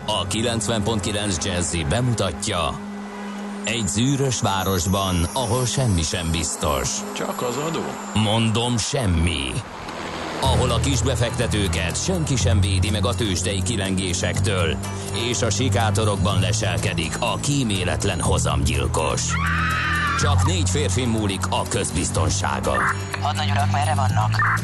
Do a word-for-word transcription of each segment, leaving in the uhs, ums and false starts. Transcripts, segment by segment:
A kilencven pont kilenc Jazzy bemutatja: egy zűrös városban, ahol semmi sem biztos. Csak az adó? Mondom, semmi. Ahol a kisbefektetőket senki sem védi meg a tőzsdei kilengésektől, és a sikátorokban leselkedik a kíméletlen hozamgyilkos. Csak négy férfi múlik a közbiztonsága. Hadnagy urak, merre vannak?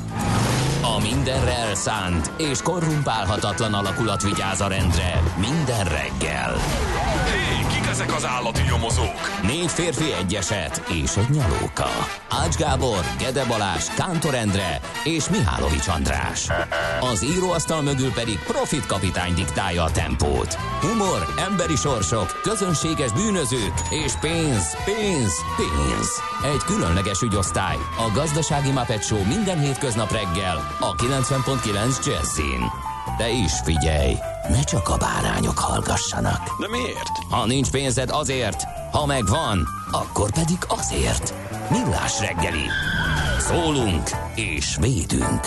A mindenre elszánt és korrumpálhatatlan alakulat vigyáz a rendre minden reggel. Hé, kik ezek az állati nyomozók? Négy férfi, egy eset és egy nyalóka. Ács Gábor, Gede Balázs, Kántor Endre és Mihálovics András. Az íróasztal mögül pedig Profit kapitány diktálja a tempót. Humor, emberi sorsok, közönséges bűnözők és pénz, pénz, pénz. Egy különleges ügyosztály, a Gazdasági Muppet Show minden hétköznap reggel a kilencven pont kilenc Jazzin. De is figyelj, ne csak a bárányok hallgassanak. De miért? Ha nincs pénzed, azért, ha megvan, akkor pedig azért. Millás reggeli. Szólunk és védünk.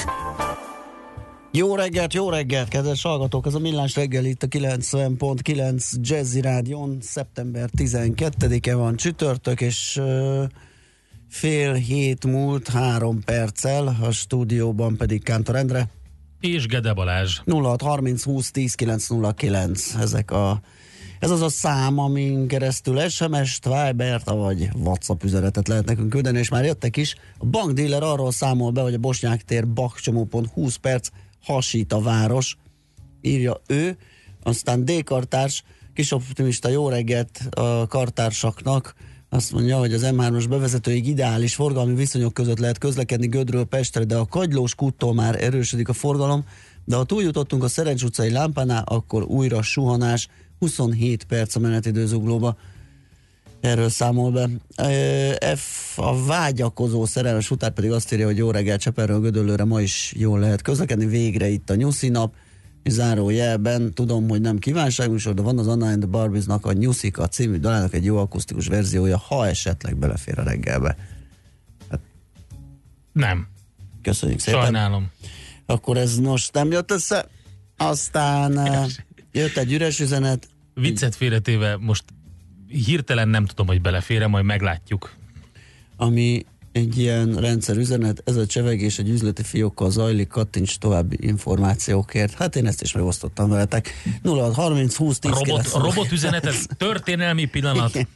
Jó reggelt, jó reggelt, kedves hallgatók! Ez a Millás reggel itt a kilencven pont kilenc Jazzy Rádión. Szeptember tizenkettedike van, csütörtök, és uh, fél hét múlt három perccel, a stúdióban pedig Kántor Endre. És Gede Balázs. nulla hat harminc húsz tíz kilenc nulla kilenc. Ezek a, ez az a szám, amin keresztül es em es-t, Vibert, vagy WhatsApp üzenetet lehet nekünk küldeni, és már jöttek is. A bankdíler arról számol be, hogy a Bosnyák tér bakcsomó pont húsz perc hasít a város, írja ő. Aztán D-kartárs, kis optimista, jó reggelt a kartársaknak. Azt mondja, hogy az em hármas bevezetőig ideális forgalmi viszonyok között lehet közlekedni Gödről Pestre, de a Kagylós kúttól már erősödik a forgalom, de ha túljutottunk a Szerencs utcai lámpánál, akkor újra suhanás, huszonhét perc a menetidő zuglóba. Erről számol be. F, a vágyakozó szerelmes után pedig azt írja, hogy jó reggel, Cseperről Gödöllőre ma is jól lehet közlekedni, végre itt a nyuszi nap, és zárójelben tudom, hogy nem kívánságműsor, de van az Anna and the Barbies-nak a Nyuszika című dalának egy jó akusztikus verziója, ha esetleg belefér a reggelbe. Hát, nem. Köszönjük szépen. Sajnálom. Akkor ez most nem jött össze. Aztán jött egy üres üzenet. Viccet félretéve most hirtelen nem tudom, hogy belefér, majd meglátjuk. Ami egy ilyen rendszerüzenet, ez a csevegés egy üzleti fiókkal zajlik, kattints további információkért. Hát én ezt is megosztottam veletek. nulla hat harminc húsz tíz Robot, robotüzenet, ez történelmi pillanat. Igen.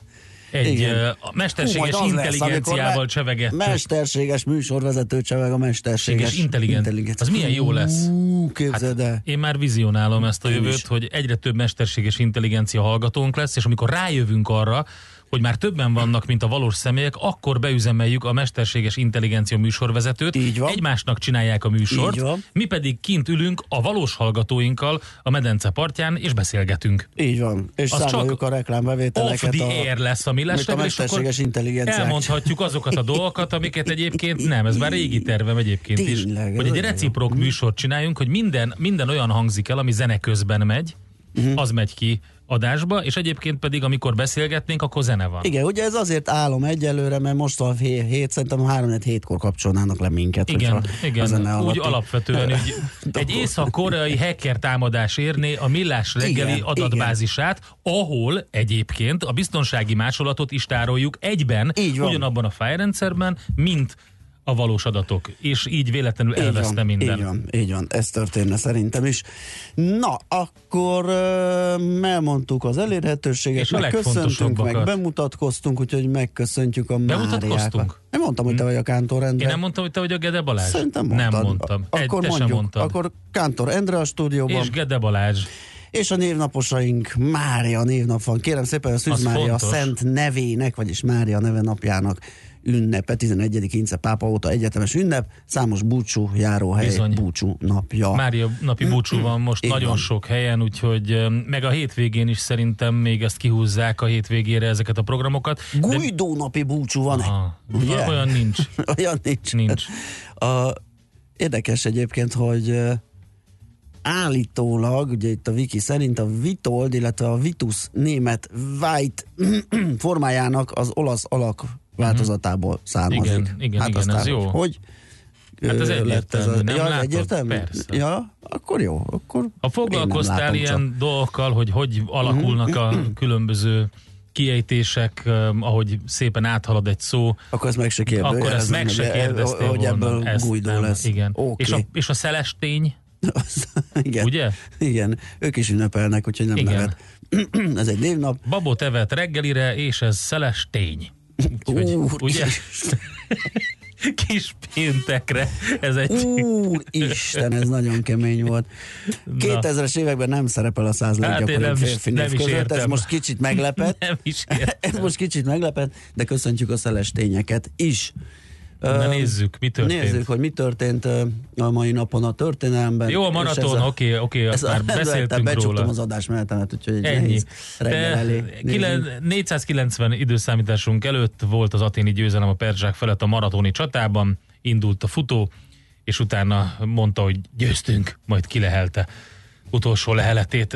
Egy Igen. Uh, mesterséges Hú, intelligenciával lesz, csevegettek. Mesterséges műsorvezető cseveg a mesterséges intelligencia. intelligencia. Az milyen jó lesz. Hú, képzeld el. Hát én már vizionálom ezt a én jövőt, is. Hogy egyre több mesterséges intelligencia hallgatónk lesz, és amikor rájövünk arra, hogy már többen vannak, mint a valós személyek, akkor beüzemeljük a mesterséges intelligencia műsorvezetőt, egymásnak csinálják a műsort, mi pedig kint ülünk a valós hallgatóinkkal a medence partján, és beszélgetünk. Így van, és az számoljuk a reklámbevételeket. Off the air lesz a Millás reggel, és akkor elmondhatjuk azokat a dolgokat, amiket egyébként nem, ez már régi tervem egyébként Tényleg, is, hogy egy reciprok műsort csináljunk, hogy minden, minden olyan hangzik el, ami zene közben megy, uh-huh. az megy ki adásba, és egyébként pedig, amikor beszélgetnénk, akkor zene van. Igen, ugye ez azért álom egyelőre, mert most a hét, szerintem három hétkor kapcsolnának le minket. Igen, igen. Úgy alapvetően, hogy egy észak-koreai hacker támadás érné a Millás reggeli igen, adatbázisát, igen. ahol egyébként a biztonsági másolatot is tároljuk egyben, ugyanabban a fájrendszerben, mint a valós adatok, és így véletlenül így elveszte van, minden. Így van, így van, ez történne szerintem is. Na, akkor uh, elmondtuk az elérhetőséget, megköszöntünk, meg bemutatkoztunk, úgyhogy megköszöntjük a Máriákat. Nem mondtam, hogy te vagy a Kántor Endre. Én nem mondtam, hogy te vagy a Gede Balázs? Szerintem mondtad. Nem mondtam. Akkor Egy, mondjuk, akkor Kántor Endre a stúdióban. És Gede Balázs. És a névnaposaink, Mária névnap van. Kérem szépen, a Szűz Mária szent nevének, vagyis Mária neve napjának ünnepe, tizenegyedik Ince pápa óta egyetemes ünnep, számos búcsú járóhely Bizony. búcsú napja. Mária napi búcsú van most Igen. nagyon sok helyen, úgyhogy meg a hétvégén is szerintem még ezt kihúzzák a hétvégére ezeket a programokat. Guidó napi búcsú van. Aha, olyan nincs. olyan nincs. nincs. A, érdekes egyébként, hogy állítólag, ugye itt a wiki szerint a Vitold, illetve a Vitus német White formájának az olasz alak változatából származik. Igen, igen, hát igen, ez jó. Hogy hát ez egyértelmű, ez a, nem ja, látod? Egyértelmű? Persze. Ja, akkor jó. Akkor ha foglalkoztál ilyen csak. dolgokkal, hogy hogy alakulnak a különböző kiejtések, um, ahogy szépen áthalad egy szó, akkor ezt meg se, kérdő, akkor ezt meg se kérdeztél hogy volna. Ebből ezt gujdó lesz. Igen. Okay. És, a, és a szeles tény? Igen. Ugye? Igen, ők is ünnepelnek, úgyhogy nem igen. nevet. Ez egy névnap. Babot evett reggelire, és ez szeles tény. Úgyhogy, Úr, ugye? Kis péntekre. Ez egy... Úristen, ez nagyon kemény volt. kétezres években nem szerepel a száz leggyakoribb hát férfi név között. Értem. Ez most kicsit meglepett. Nem is értem. Ez most kicsit meglepett, de köszöntjük a szeles tényeket is. Na nézzük, mi történt. Nézzük, hogy mi történt a mai napon a történelemben. Jó, a maraton, oké, oké, azt már beszéltünk róla. Becsuktam az adásmenetemet, úgyhogy ennyi. Reggel elé. négyszázkilencven időszámításunk előtt volt az athéni győzelem a perzsák felett a maratoni csatában, indult a futó, és utána mondta, hogy győztünk, majd kilehelte utolsó leheletét.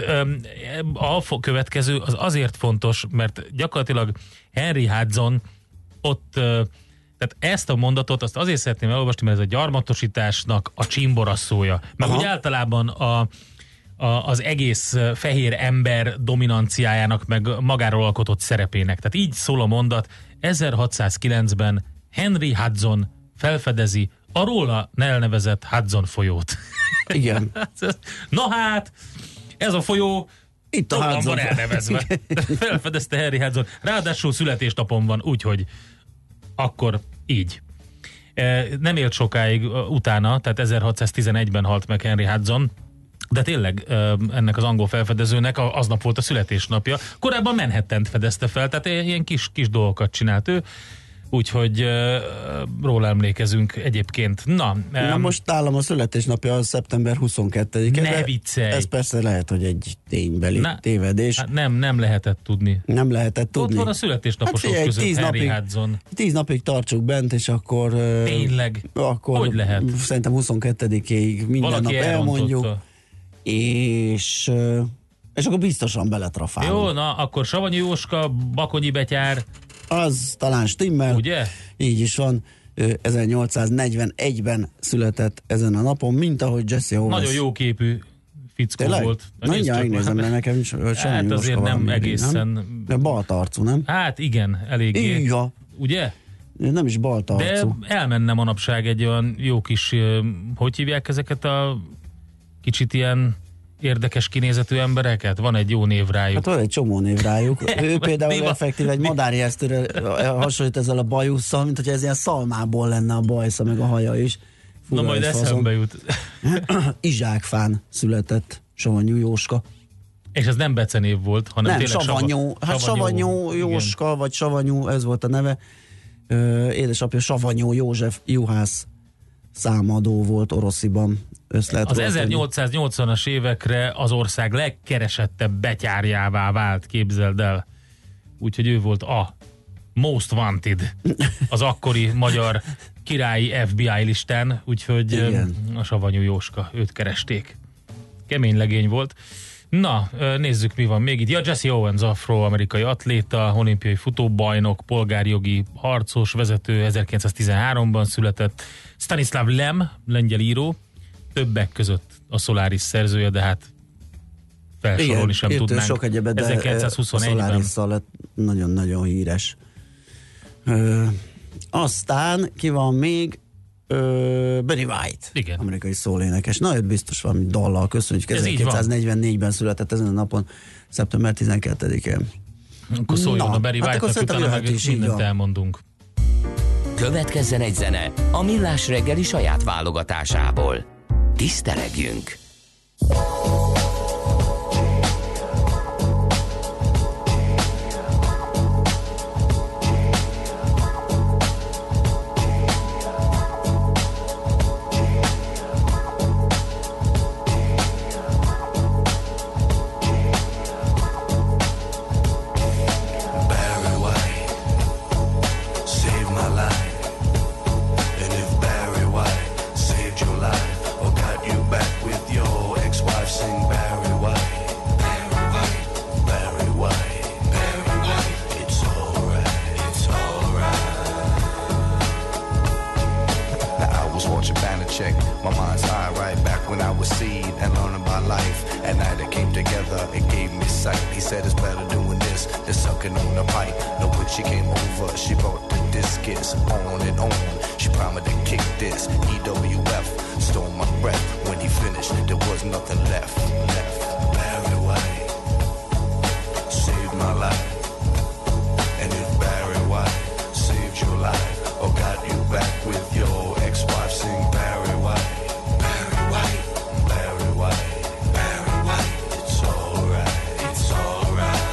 A következő az azért fontos, mert gyakorlatilag Henry Hudson ott... Tehát ezt a mondatot azt azért szeretném elolvasni, mert ez a gyarmatosításnak a csimboraszója. Meg úgy általában a, a, az egész fehér ember dominanciájának, meg magáról alkotott szerepének. Tehát így szól a mondat, ezerhatszázkilencben Henry Hudson felfedezi a róla elnevezett Hudson folyót. Igen. Na hát, ez a folyó itt a Hudson van elnevezve. Felfedezte Henry Hudson. Ráadásul születésnapon van, úgyhogy akkor így. Nem élt sokáig utána, tehát ezerhatszáztizenegyben halt meg Henry Hudson, de tényleg ennek az angol felfedezőnek aznap volt a születésnapja. Korábban Manhattant fedezte fel, tehát ilyen kis, kis dolgokat csinált ő, úgyhogy róla emlékezünk egyébként. Na, Na most nálam a születésnapja az szeptember huszonkettedike. Ne viccelj! Ez persze lehet, hogy egy ténybeli Na, tévedés. Hát nem, nem lehetett tudni. Nem lehetett tudni. Ott van a születésnaposok hát között tíz Henry napig, Hudson. Tíz napig tartsuk bent, és akkor... Tényleg? Akkor hogy lehet? Szerintem huszonkettedikéig minden Valaki nap elmondjuk. Elrontotta. És... És akkor biztosan beletrafálunk. Jó, na, akkor Savanyú Jóska, Bakonyi Betyár. Az talán stimmel. Ugye? Így is van. ezernyolcszáznegyvenegyben született ezen a napon, mint ahogy Jesse Owens. Nagyon jó képű fickó Tényleg? volt. Na, így megnézem, mert nekem is hát azért nem mindig, egészen... Nem? De baltarcú, nem? Hát igen, eléggé. Igen. Ugye? Nem is baltarcú. De elmenne manapság egy olyan jó kis, hogy hívják ezeket a kicsit ilyen érdekes kinézetű embereket? Van egy jó név rájuk. Hát van egy csomó név rájuk. Ő például effektív egy madárjesztőre hasonlít ezzel a bajusszal, mint hogy ez ilyen szalmából lenne a bajsza, meg a haja is. Fura, na majd eszembe jut. Izsákfán született Savanyú Jóska. És ez nem becenév volt, hanem nem, tényleg Savanyú. Hát Savanyú Jóska, igen. Vagy Savanyú, ez volt a neve. Ö, édesapja Savanyú József juhász számadó volt Orosziban. Az ezernyolcszáznyolcvanas évekre az ország legkeresettebb betyárjává vált, képzeld el. Úgyhogy ő volt a Most Wanted az akkori magyar királyi ef bé i listán, úgyhogy igen. A Savanyú Jóska, őt keresték. Kemény legény volt. Na, nézzük, mi van még itt. Ja, Jesse Owens, afroamerikai atléta, olimpiai futóbajnok, polgárjogi harcos, vezető, ezerkilencszáztizenháromban született. Stanislav Lem, lengyel író, többek között a Solaris szerzője, de hát felsorolni sem tudnánk. Sok egyebet, de ezerkilencszázhuszonegyben. A Solarisszal lett nagyon-nagyon híres. Ö, aztán ki van még? Ö, Barry White, igen. Amerikai szólénekes. Na, őt biztos valami dallal köszönjük. ezerkilencszáznegyvennégyben született ezen a napon, szeptember tizenkettedikén. Akkor szóljon Na, a Barry White-nak, hát utána meg is mindent elmondunk. Következzen egy zene a Millás reggeli saját válogatásából. Tisztelegjünk! Sing back with your ex-wife, sing back. feed and learn about life. At night it came together, it gave me sight. He said it's better doing this than sucking on the pipe. No, when she came over, she brought the discus on and on. She promised to kick this E W F, stole my breath. When he finished, there was nothing left. Left. Barry White saved my life. And if Barry White saved your life or got you back with your ex-wife, sing Barry White. Barry White. Barry White. Barry White. It's alright. It's alright.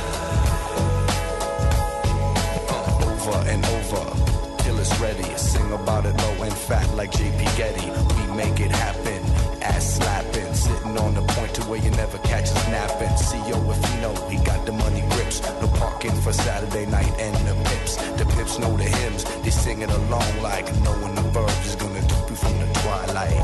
Uh, over and over till it's ready. Sing about it low and fat like J P Getty. We make it happen. Ass slapping, sitting on the point to where you never catch us napping. C E O if you know he got the money grips. No parking for Saturday night and the pips. The pips know the hymns. They sing it along like knowing the verbs is gonna keep you from the twilight.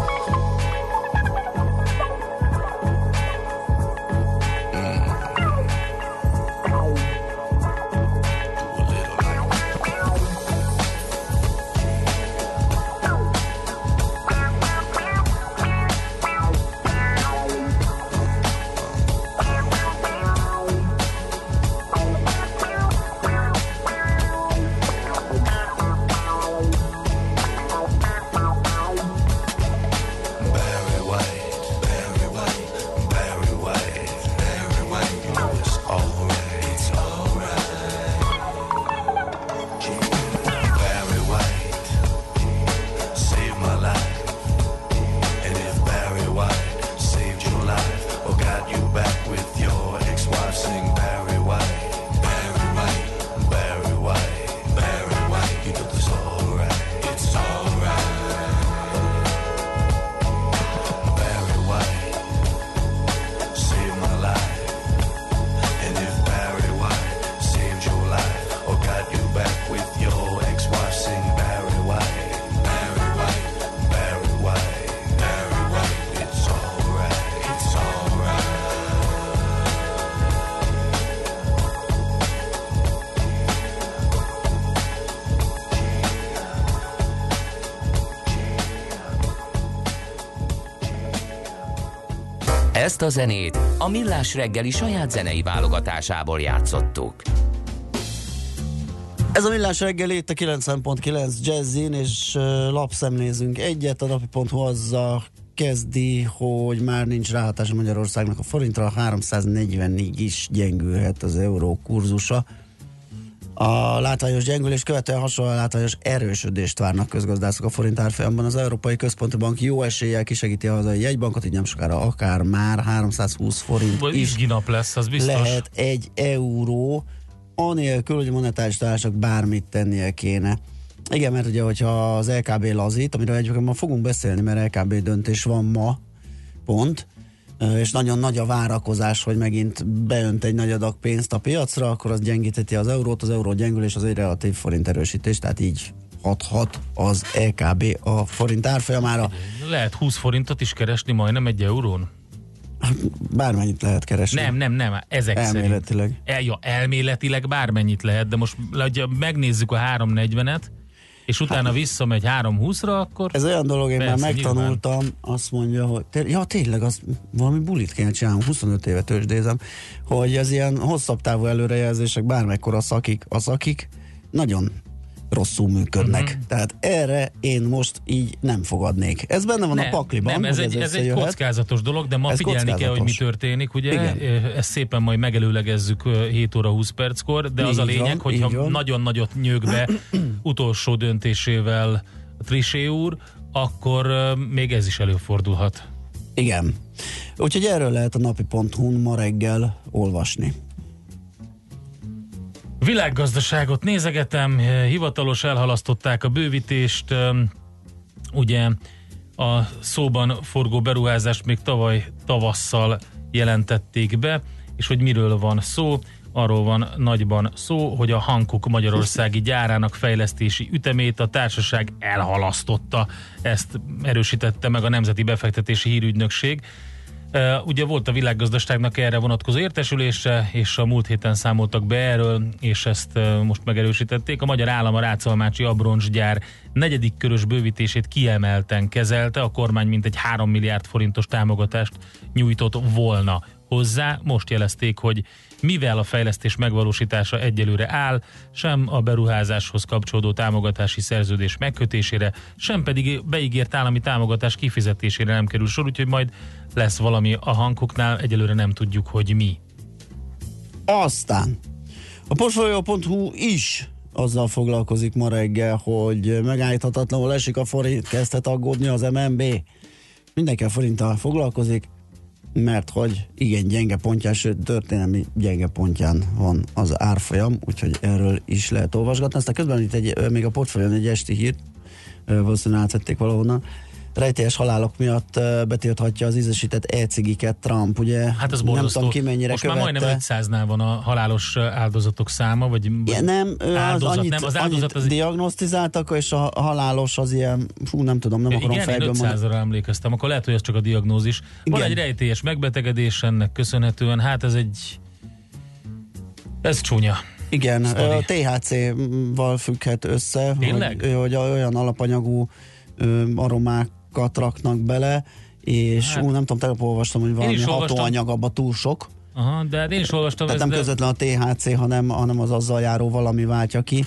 Ezt a zenét a Millás reggeli saját zenei válogatásából játszottuk. Ez a Millás reggeli, itt a kilencven pont kilenc Jazzin, és uh, lapszemlézünk egyet. A napi pont hu azzal kezdi, hogy már nincs ráhatása Magyarországnak a forintra, háromszáznegyvennégy is gyengülhet az euró kurzusa. A látványos gyengülés követően hasonló látványos erősödést várnak közgazdászok a forint árfolyamban. Az Európai Központi Bank jó eséllyel kisegíti a hazai jegybankot, így nem sokára akár már háromszázhúsz forint vagy is nap lesz, az biztos. Lehet egy euró, anélkül, hogy a monetáris tanácsnak bármit tennie kéne. Igen, mert ugye, hogyha az el ká bé lazít, amiről egyébként ma fogunk beszélni, mert el ká bé döntés van ma, pont, és nagyon nagy a várakozás, hogy megint beönt egy nagy adag pénzt a piacra, akkor az gyengítheti az eurót, az euró gyengülés az egy relatív forint erősítés, tehát így hathat az el ká bé a forint árfolyamára. Lehet húsz forintot is keresni majdnem egy eurón? Bármennyit lehet keresni. Nem, nem, nem, ezek elméletileg. szerint. El, ja, elméletileg bármennyit lehet, de most ha megnézzük a háromszáznegyvenet, és utána hát, visszamegy háromszázhúszra, akkor... Ez olyan dolog, én persze, már megtanultam, nyilván. Azt mondja, hogy té- ja tényleg, az valami bulit kéne csinálni, huszonöt éve tőzsdézem, hogy az ilyen hosszabb távú előrejelzések bármekkora szakik, a szakik nagyon rosszul működnek. Uh-huh. Tehát erre én most így nem fogadnék. Ez benne van nem, a pakliban. Nem, ez egy, ez egy kockázatos dolog, de ma ez figyelni kockázatos. Kell, hogy mi történik, ugye? Igen. Ezt szépen majd megelőlegezzük hét óra húsz perckor, de így az a lényeg, van, hogyha nagyon nagyot nyög be utolsó döntésével Trichet úr, akkor még ez is előfordulhat. Igen. Úgyhogy erről lehet a napi pont hu-n ma reggel olvasni. Világgazdaságot nézegetem, hivatalos elhalasztották a bővítést, ugye a szóban forgó beruházást még tavaly tavasszal jelentették be, és hogy miről van szó, arról van nagyban szó, hogy a Hankook magyarországi gyárának fejlesztési ütemét a társaság elhalasztotta, ezt erősítette meg a Nemzeti Befektetési Hírügynökség. Uh, ugye volt a világgazdaságnak erre vonatkozó értesülése, és a múlt héten számoltak be erről, és ezt uh, most megerősítették. A magyar állam a rácalmácsi abroncsgyár negyedik körös bővítését kiemelten kezelte, a kormány mintegy három milliárd forintos támogatást nyújtott volna hozzá. Most jelezték, hogy mivel a fejlesztés megvalósítása egyelőre áll, sem a beruházáshoz kapcsolódó támogatási szerződés megkötésére, sem pedig beígért állami támogatás kifizetésére nem kerül sor, úgyhogy majd lesz valami a hankoknál, egyelőre nem tudjuk, hogy mi. Aztán a portfolio pont hu is azzal foglalkozik ma reggel, hogy megállíthatatlanul esik a forint, kezdhet aggódni az em en bé. Mindenki a forinttal foglalkozik, mert hogy igen gyenge pontján, sőt történelmi gyenge pontján van az árfolyam, úgyhogy erről is lehet olvasgatni. Aztán közben itt egy, még a portfólión egy esti hírt, valószínűleg átvették valahonnan. Rejtélyes halálok miatt betilthatja az ízesített e-cigiket Trump, ugye? Hát ez nem tudom ki mennyire most követte. Már majdnem ötszáznál van a halálos áldozatok száma, vagy ja, nem, áldozat, az annyit, nem, az áldozat az... diagnosztizáltak, és a halálos az ilyen, fú, nem tudom, nem akarom igen, fejből mondani. Igen, ötszázra emlékeztem, akkor lehet, hogy ez csak a diagnózis. Igen. Van egy rejtélyes megbetegedés ennek köszönhetően, hát ez egy ez csúnya. Igen, a té há cé-val függhet össze, hogy, hogy olyan alapanyagú aromákat raknak bele, és hát, ú, nem tudom, tegnap olvastam, hogy valami hatóanyag abba túl sok. Aha, de hát én is olvastam. Tehát nem de... közvetlen a té há cé, hanem, hanem az azzal járó valami váltja ki,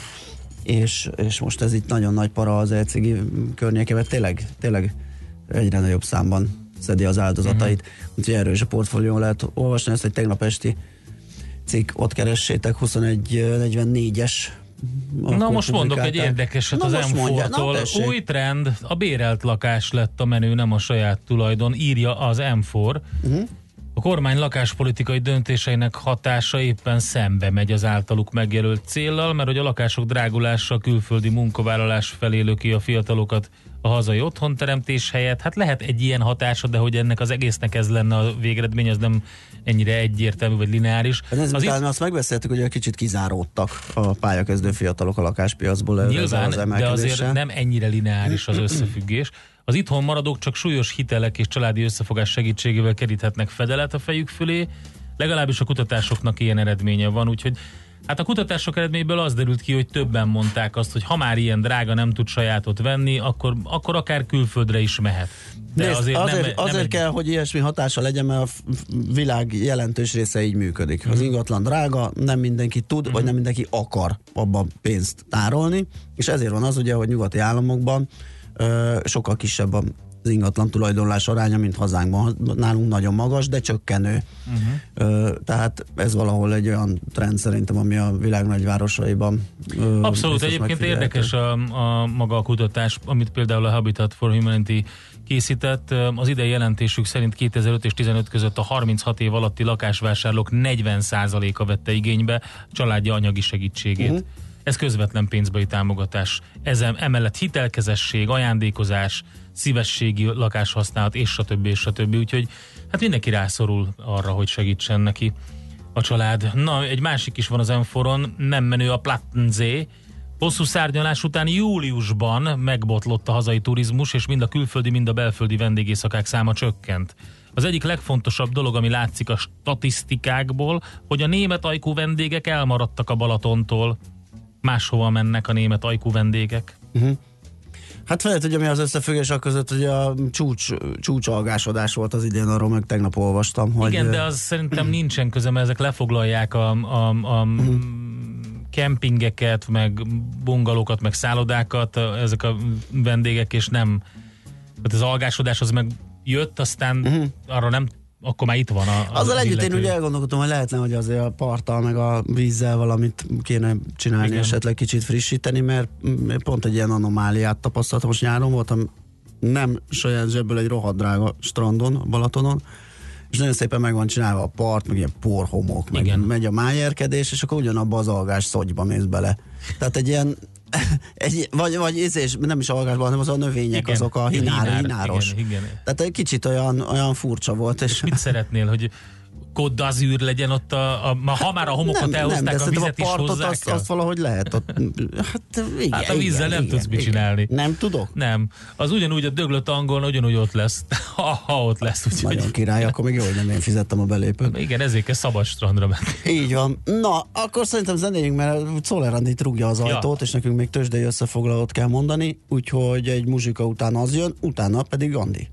és, és most ez itt nagyon nagy para az e-cigi környékében, tényleg, tényleg egyre nagyobb számban szedi az áldozatait. Uh-huh. Úgyhogy erről is a portfólión lehet olvasni, ezt egy tegnap esti cikk, ott keressétek, huszonegy negyvennégyes. Na most mondok egy érdekeset az em négy-tól. Új trend, a bérelt lakás lett a menő, nem a saját tulajdon, írja az em négy. Uh-huh. A kormány lakáspolitikai döntéseinek hatása éppen szembe megy az általuk megjelölt céllal, mert hogy a lakások drágulása, külföldi munkavállalás felé löki a fiatalokat a hazai otthonteremtés helyett. Hát lehet egy ilyen hatása, de hogy ennek az egésznek ez lenne a végeredmény, az nem ennyire egyértelmű vagy lineáris. Az az itt... azt megbeszéltük, hogy kicsit kizáródtak a pályakezdő fiatalok a lakáspiacból. Nyilván, az de azért nem ennyire lineáris az összefüggés. Az itthon maradók csak súlyos hitelek és családi összefogás segítségével keríthetnek fedelet a fejük fölé, legalábbis a kutatásoknak ilyen eredménye van, úgyhogy hát a kutatások eredményből az derült ki, hogy többen mondták azt, hogy ha már ilyen drága nem tud sajátot venni, akkor, akkor akár külföldre is mehet. De Nézd, azért, azért, nem, azért nem kell, egy... hogy ilyesmi hatása legyen, mert a világ jelentős része így működik. Az ingatlan drága, nem mindenki tud, uh-huh. vagy nem mindenki akar abban pénzt tárolni, és ezért van az ugye, hogy nyugati államokban ö, sokkal kisebb az ingatlan tulajdonlás aránya, mint hazánkban. Nálunk nagyon magas, de csökkenő. Uh-huh. Ö, tehát ez valahol egy olyan trend szerintem, ami a világ nagyvárosaiban ö, abszolút, egyébként érdekes a, a maga a kutatás, amit például a Habitat for Humanity készített. Az idei jelentésük szerint kétezer-öt és tizenöt között a harminchat év alatti lakásvásárlók negyven százaléka vette igénybe családja anyagi segítségét. Uh-huh. Ez közvetlen pénzbeli támogatás. Ezen emellett hitelkezesség, ajándékozás, szívességi lakáshasználat, és stb. és stb. Úgyhogy hát mindenki rászorul arra, hogy segítsen neki a család. Na, egy másik is van az em négy-on, nem menő a Plattensee. Hosszú szárnyalás után júliusban megbotlott a hazai turizmus, és mind a külföldi, mind a belföldi vendégészakák száma csökkent. Az egyik legfontosabb dolog, ami látszik a statisztikákból, hogy a német ajkú vendégek elmaradtak a Balatontól. Máshova mennek a német ajkú vendégek. Uh-huh. Hát felett, hogy mi az összefüggés a között, hogy a csúcs, csúcsalgásodás volt az idén, arról meg tegnap olvastam. Hogy igen, de az szerintem nincsen köze, mert ezek lefoglalják a, a, a uh-huh. kempingeket, meg bungalókat, meg szállodákat, ezek a vendégek, és nem, hát az algásodás az meg jött, aztán uh-huh. arra nem, akkor már itt van a, az azzal együtt illető. Én ugye elgondolkodtam, hogy lehetne, hogy azért a parttal meg a vízzel valamit kéne csinálni, igen. Esetleg kicsit frissíteni, mert pont egy ilyen anomáliát tapasztaltam. Most nyáron voltam nem saját zsebből egy rohadt drága strandon, Balatonon, és nagyon szépen meg van csinálva a part, meg ilyen porhomok, meg igen. Megy a májérkedés, és akkor ugyanabba az algás szogyba mész bele. Tehát egy ilyen egy, vagy, vagy és nem is algásban, hanem az a növények, igen, azok a hinár, hinár, hináros. Igen, igen. Tehát egy kicsit olyan, olyan furcsa volt. És, és mit szeretnél, hogy Côte d'Azur legyen ott, a, a, ha már a homokot nem, elhozták, nem, a vizet a is partot hozzák azt, el. azt valahogy lehet. Ott, hát, igen, Hát a vízzel igen, nem igen, tudsz mit igen. csinálni. Nem tudok? Nem. Az ugyanúgy a döglött angol, ugyanúgy ott lesz. Ha, ha ott lesz. Úgyhogy... Nagyon király, akkor még jó, hogy nem én fizettem a belépőt. Igen, ezért kell szabad strandra menni. Így van. Na, akkor szerintem zenéljünk, mert Czoller Andi rúgja az ajtót, ja. és nekünk még tőzsdei összefoglalót kell mondani, úgyhogy egy muzsika után az jön, utána pedig Andi.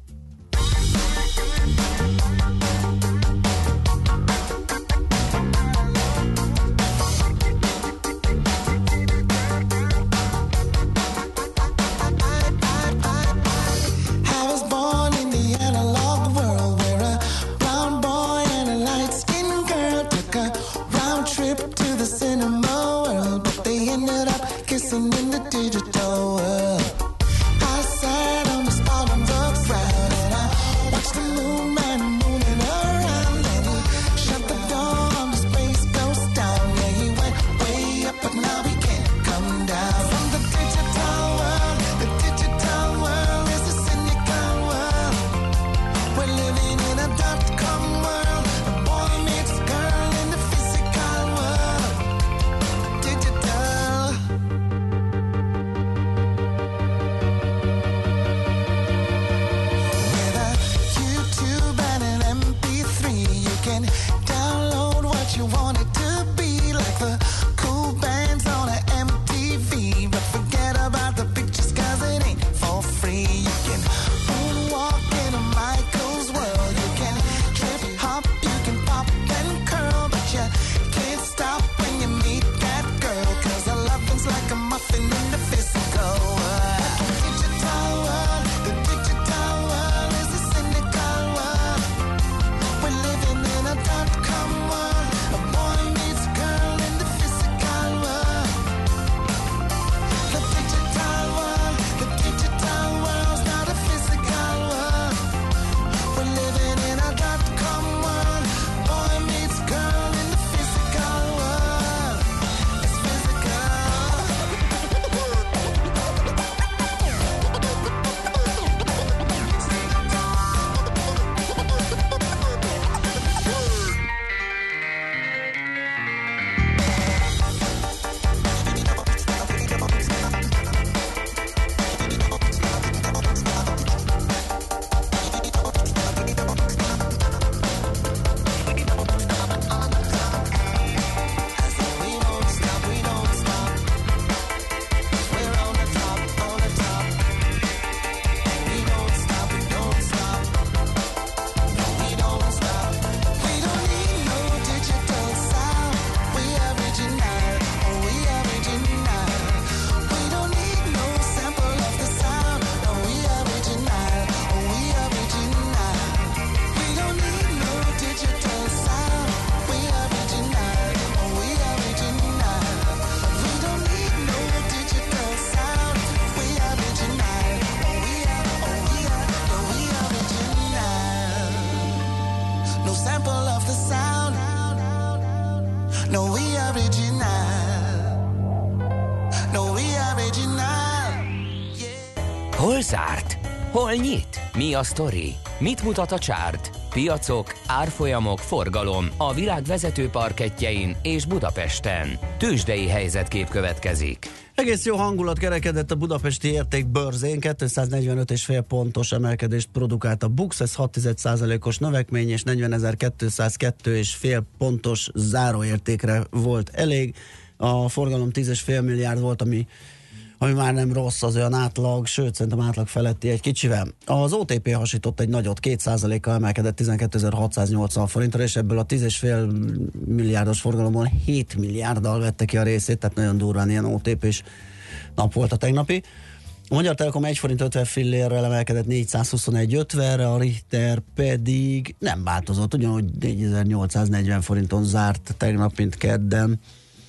Hol zárt? Hol nyit? Mi a sztori? Mit mutat a csárt? Piacok, árfolyamok, forgalom a világ vezető parkettjein és Budapesten. Tőzsdei helyzetkép következik. Egész jó hangulat kerekedett a budapesti értékbörzén, kétszáznegyvenöt egész öt pontos emelkedést produkált a BUX, ez hat százalékos növekmény, és negyvenezer-kétszázkettő egész öt pontos záróértékre volt elég. A forgalom tíz egész öt milliárd volt, ami ami már nem rossz, az olyan átlag, sőt, szerintem átlag feletti egy kicsivel. Az o té pé hasított egy nagyot, két százalékkal emelkedett tizenkétezer-hatszáznyolcvan forintra, és ebből a tíz egész öt milliárdos forgalomból hét milliárddal vette ki a részét, tehát nagyon durván ilyen o té pés nap volt a tegnapi. A Magyar Telekom egy forint ötven fillérrel emelkedett négyszázhuszonegy ötvenre, a Richter pedig nem változott, ugyanúgy négyezer-nyolcszáznegyven forinton zárt tegnap, mint kedden.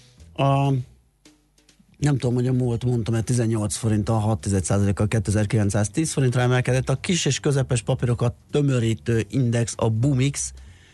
A Nem tudom, hogy a múlt mondtam, mert tizennyolc forinttal, hat százalékkal kétezer-kilencszáztíz forintra emelkedett. A kis és közepes papírokat tömörítő index, a Bumix,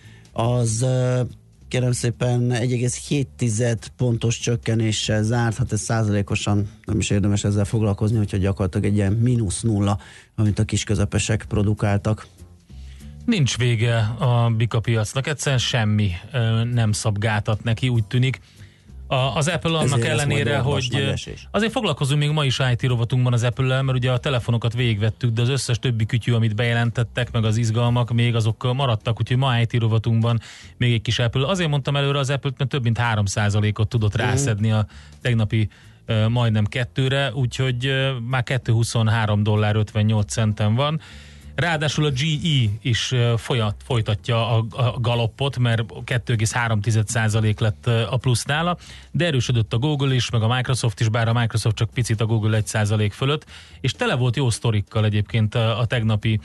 az kérem szépen egy egész hét pontos csökkenéssel zárt, hát ez százalékosan nem is érdemes ezzel foglalkozni, úgyhogy gyakorlatilag egy ilyen mínusz nulla, amit a kis közepesek produkáltak. Nincs vége a bika piacnak, egyszerűen semmi nem szab gátat neki, úgy tűnik. A, az Apple annak ezért ellenére, hogy azért foglalkozunk még ma is i té rovatunkban az Apple-lel, mert ugye a telefonokat végigvettük, de az összes többi kütyű, amit bejelentettek, meg az izgalmak még azok maradtak, úgyhogy ma i té rovatunkban még egy kis Apple. Azért mondtam előre az Apple-t, mert több mint három százalékot tudott rászedni a tegnapi uh, majdnem kettőre, úgyhogy uh, már kettő huszonhárom dollár ötvennyolc centen van. Ráadásul a gé é is folyat, folytatja a, a galoppot, mert kettő egész három százalék lett a plusz nála, de erősödött a Google is, meg a Microsoft is, bár a Microsoft csak picit, a Google egy százalék fölött, és tele volt jó sztorikkal egyébként a, a tegnapi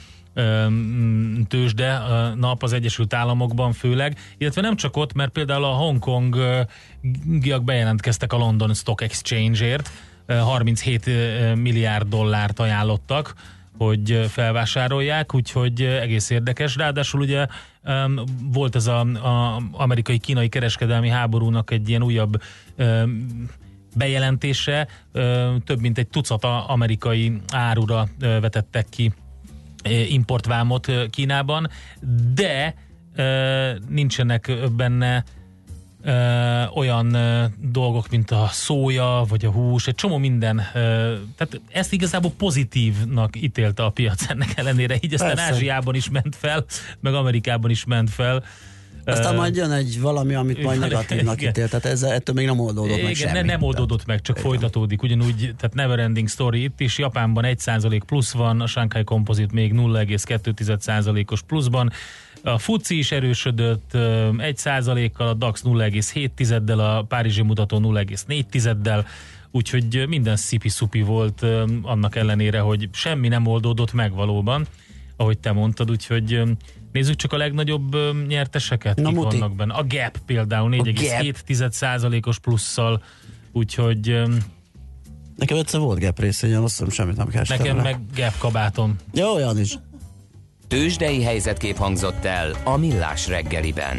um, tőzsde a nap az Egyesült Államokban főleg, illetve nem csak ott, mert például a Hongkongiak bejelentkeztek a London Stock Exchange-ért, harminchét milliárd dollárt ajánlottak, hogy felvásárolják, úgyhogy egész érdekes. Ráadásul ugye um, volt ez az amerikai-kínai kereskedelmi háborúnak egy ilyen újabb um, bejelentése, um, több mint egy tucat amerikai árura uh, vetettek ki uh, importvámot uh, Kínában, de uh, nincsenek benne Ö, olyan ö, dolgok, mint a szója, vagy a hús, egy csomó minden. Ö, tehát ezt igazából pozitívnak ítélte a piac ennek ellenére, így aztán Persze. Ázsiában is ment fel, meg Amerikában is ment fel. Aztán uh, majd jön egy valami, amit majd negatívnak ítélt, tehát ez, ettől még nem oldódott igen, meg semmi. Ne, nem oldódott meg, csak igen. Folytatódik, ugyanúgy, tehát never ending story itt is, Japánban egy százalék plusz van, a Shanghai Composite még nulla egész kettő százalékos pluszban, a fuci is erősödött egy százalékkal, a DAX nulla egész hét tizeddel, a párizsi mutató nulla egész négy tizeddel, úgyhogy minden szipi-szupi volt annak ellenére, hogy semmi nem oldódott meg valóban, ahogy te mondtad, úgyhogy nézzük csak a legnagyobb nyerteseket, Na, kik muti. vannak benne. A Gap például négy egész hét százalékos plusszal, úgyhogy nekem egyszer volt Gap részvényem, azt hiszem semmit nem kell. Nekem meg Gap kabátom. Ja, olyan is. Tőzsdei helyzetkép hangzott el a Millás reggeliben.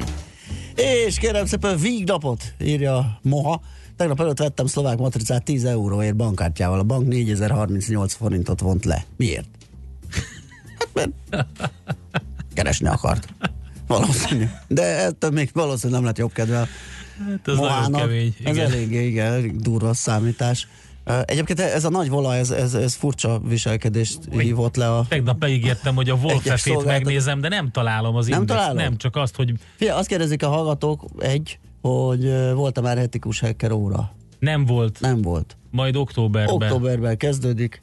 És kérem szépen, vígnapot írja Moha. Tegnap előtt vettem szlovák matricát tíz euróért bankkártyával. A bank négyezer-harmincnyolc forintot vont le. Miért? Hát mert keresni akart. Valószínű. De ettől még valószínűleg nem lett jobb kedve. Hát ez nagyon kemény. Ez eléggé, igen, elég durva számítás. Egyébként ez a nagy volaj, ez, ez, ez furcsa viselkedést hívott le a... Tegnap beígértem, hogy a Wolf-et megnézem, de nem találom az index. Nem, nem csak azt, hogy... Figyelj, azt kérdezik a hallgatók, egy, hogy volt-e már etikus hacker óra? Nem volt. Nem volt. Majd októberben. Októberben kezdődik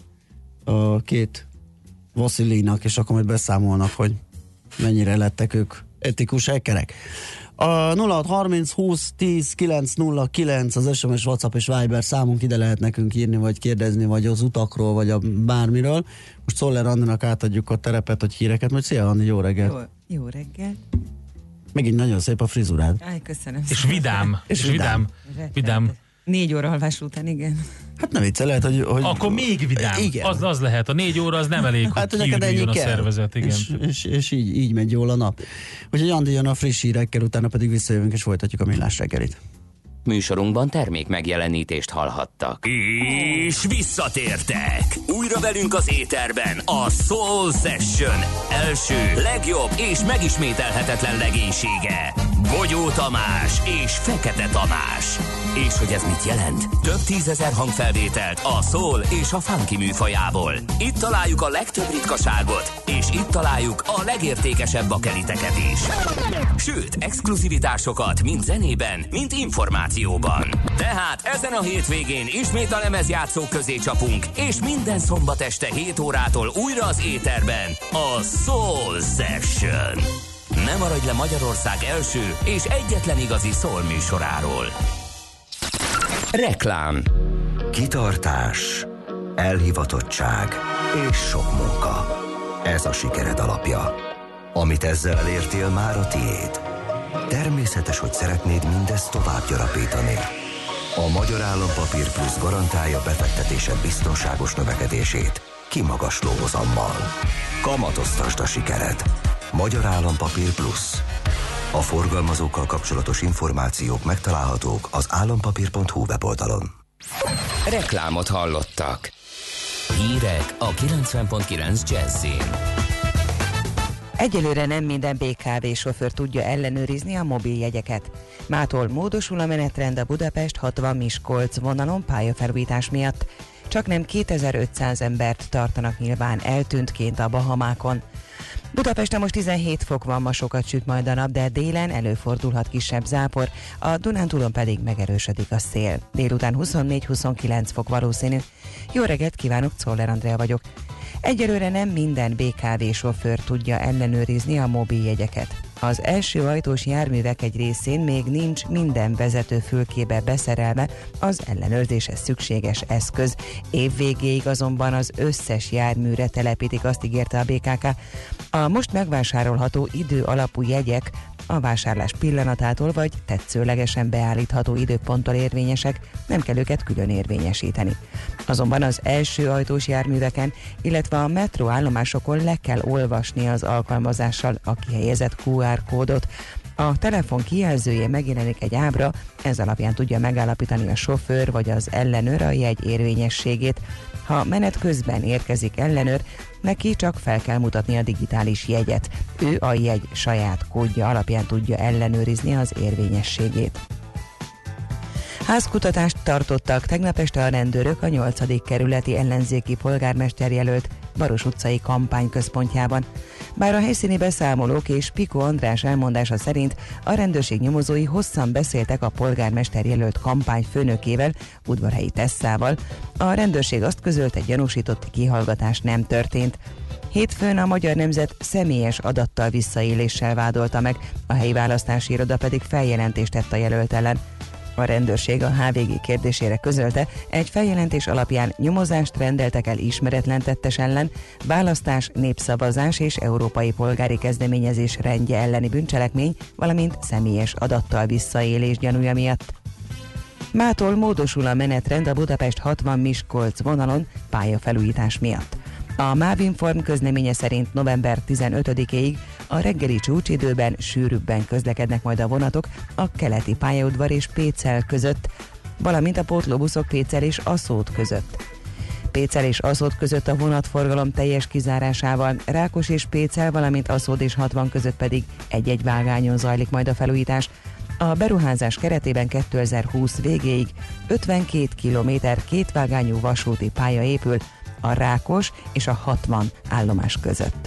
a két Vasszilinak, és akkor majd beszámolnak, hogy mennyire lettek ők etikus hackerek. A nulla hat harminc húsz tíz kilenc nulla kilenc az es em es, WhatsApp és Viber számunk, ide lehet nekünk írni, vagy kérdezni, vagy az utakról, vagy a bármiről. Most Szoller Andinak átadjuk a terepet, hogy híreket, majd szia Andi, jó reggelt! Jó, jó reggelt! Megint nagyon szép a frizurád. Áj, köszönöm. És vidám. És vidám. vidám. Négy óra alvás után, igen. Hát nem vicce, lehet, hogy... hogy akkor még vidám. Igen. Az, az lehet. A négy óra az nem elég, hát, hogy kiürüljön a szervezet. Igen. És, és, és így, így megy jól a nap. Úgyhogy Andi jön a friss hírekkel, utána pedig visszajövünk és folytatjuk a Millás reggelit. Műsorunkban termék megjelenítést hallhattak. És visszatértek! Újra velünk az éterben a Soul Session első, legjobb és megismételhetetlen legénysége. Bogyó Tamás és Fekete Tamás. És hogy ez mit jelent? Több tízezer hangfelvételt a soul és a funky műfajából. Itt találjuk a legtöbb ritkaságot, és itt találjuk a legértékesebb bakeliteket is. Sőt, exkluzivitásokat mind zenében, mind információban. Tehát ezen a hétvégén ismét a lemezjátszók közé csapunk, és minden szombat este hét órától újra az éterben a Soul Session. Ne maradj le Magyarország első és egyetlen igazi soul műsoráról. Reklám. Kitartás, elhivatottság és sok munka. Ez a sikered alapja. Amit ezzel elértél, már a tiéd. Természetes, hogy szeretnéd mindezt tovább gyarapítani. A Magyar Állampapír Plusz garantálja befektetésed biztonságos növekedését kimagasló hozammal. Kamatoztasd a sikered. Magyar Állampapír Plusz. A forgalmazókkal kapcsolatos információk megtalálhatók az állampapír pont hu weboldalon. Reklámot hallottak. Hírek a kilencven pont kilenc Jazzin. Egyelőre nem minden bé ká vé sofőr tudja ellenőrizni a mobiljegyeket. Mától módosul a menetrend a Budapest hatvan-Miskolc vonalon pályafelújítás miatt. Csaknem kétezer-ötszáz embert tartanak nyilván eltűntként a Bahamákon. Budapesten most tizenhét fok van, ma sokat süt majd a nap, de délen előfordulhat kisebb zápor, a Dunántúlon pedig megerősödik a szél. Délután huszonnégy-huszonkilenc fok valószínű. Jó reggelt kívánok, Czoller Andrea vagyok. Egyelőre nem minden bé ká vé sofőr tudja ellenőrizni a mobiljegyeket. Az első ajtós járművek egy részén még nincs minden vezetőfülkébe beszerelve az ellenőrzéshez szükséges eszköz. Év végéig azonban az összes járműre telepítik, azt ígérte a bé ká ká. A most megvásárolható idő alapú jegyek a vásárlás pillanatától vagy tetszőlegesen beállítható időponttól érvényesek, nem kell őket külön érvényesíteni. Azonban az első ajtós járműveken, illetve a metróállomásokon le kell olvasni az alkalmazással a kihelyezett kú ár kódot. A telefon kijelzőjén megjelenik egy ábra, ez alapján tudja megállapítani a sofőr vagy az ellenőr a jegy érvényességét. Ha menet közben érkezik ellenőr, neki csak fel kell mutatni a digitális jegyet. Ő a jegy saját kódja alapján tudja ellenőrizni az érvényességét. Házkutatást tartottak tegnap este a rendőrök a nyolcadik kerületi ellenzéki polgármesterjelölt Baros utcai kampányközpontjában. Bár a helyszíni beszámolók és Piko András elmondása szerint a rendőrség nyomozói hosszan beszéltek a polgármesterjelölt kampányfőnökével, Udvarhelyi Tesszával, a rendőrség azt közölte, gyanúsítotti kihallgatás nem történt. Hétfőn a Magyar Nemzet személyes adattal visszaéléssel vádolta meg, a helyi választási iroda pedig feljelentést tett a jelölt ellen. A rendőrség a há vé gé kérdésére közölte, egy feljelentés alapján nyomozást rendeltek el ismeretlen tettes ellen, választás, népszavazás és európai polgári kezdeményezés rendje elleni bűncselekmény, valamint személyes adattal visszaélés gyanúja miatt. Mától módosul a menetrend a Budapest hatvan-Miskolc vonalon pályafelújítás miatt. A Mávinform közleménye szerint november tizenötödikéig a reggeli csúcsidőben sűrűbben közlekednek majd a vonatok a keleti pályaudvar és Pécel között, valamint a pótlóbuszok Pécel és Aszód között. Pécel és Aszód között a vonatforgalom teljes kizárásával, Rákos és Pécel, valamint Aszód és hatvan között pedig egy-egy vágányon zajlik majd a felújítás. A beruházás keretében kétezer-húsz végéig ötvenkét kilométer kétvágányú vasúti pálya épül a Rákos és a hatvan állomás között.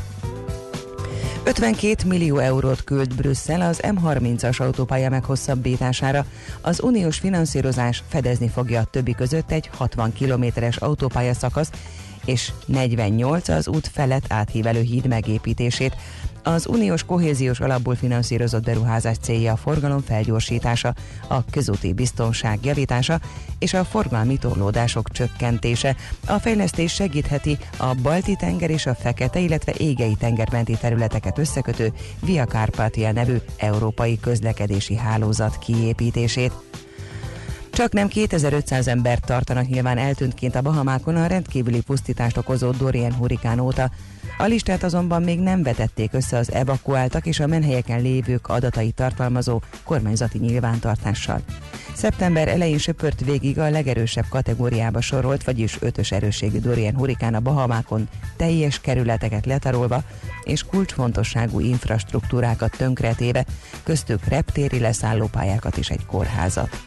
ötvenkét millió eurót küld Brüsszel az em harmincas autópálya meghosszabbítására. Az uniós finanszírozás fedezni fogja a többi között egy hatvan kilométeres autópálya szakasz és negyvennyolc az út felett áthívelő híd megépítését. Az uniós kohéziós alapból finanszírozott beruházás célja a forgalom felgyorsítása, a közúti biztonság javítása és a forgalmi torlódások csökkentése. A fejlesztés segítheti a Balti-tenger és a Fekete, illetve Égei tengermenti területeket összekötő Via Carpathia nevű európai közlekedési hálózat kiépítését. Csaknem kétezer-ötszáz embert tartanak nyilván eltűntként a Bahamákon a rendkívüli pusztítást okozó Dorian hurrikán óta. A listát azonban még nem vetették össze az evakuáltak és a menhelyeken lévők adatait tartalmazó kormányzati nyilvántartással. Szeptember elején söpört végig a legerősebb kategóriába sorolt, vagyis ötös erősségű Dorian hurrikán a Bahamákon, teljes kerületeket letarolva és kulcsfontosságú infrastruktúrákat tönkretéve, köztük reptéri leszállópályákat és egy kórházat.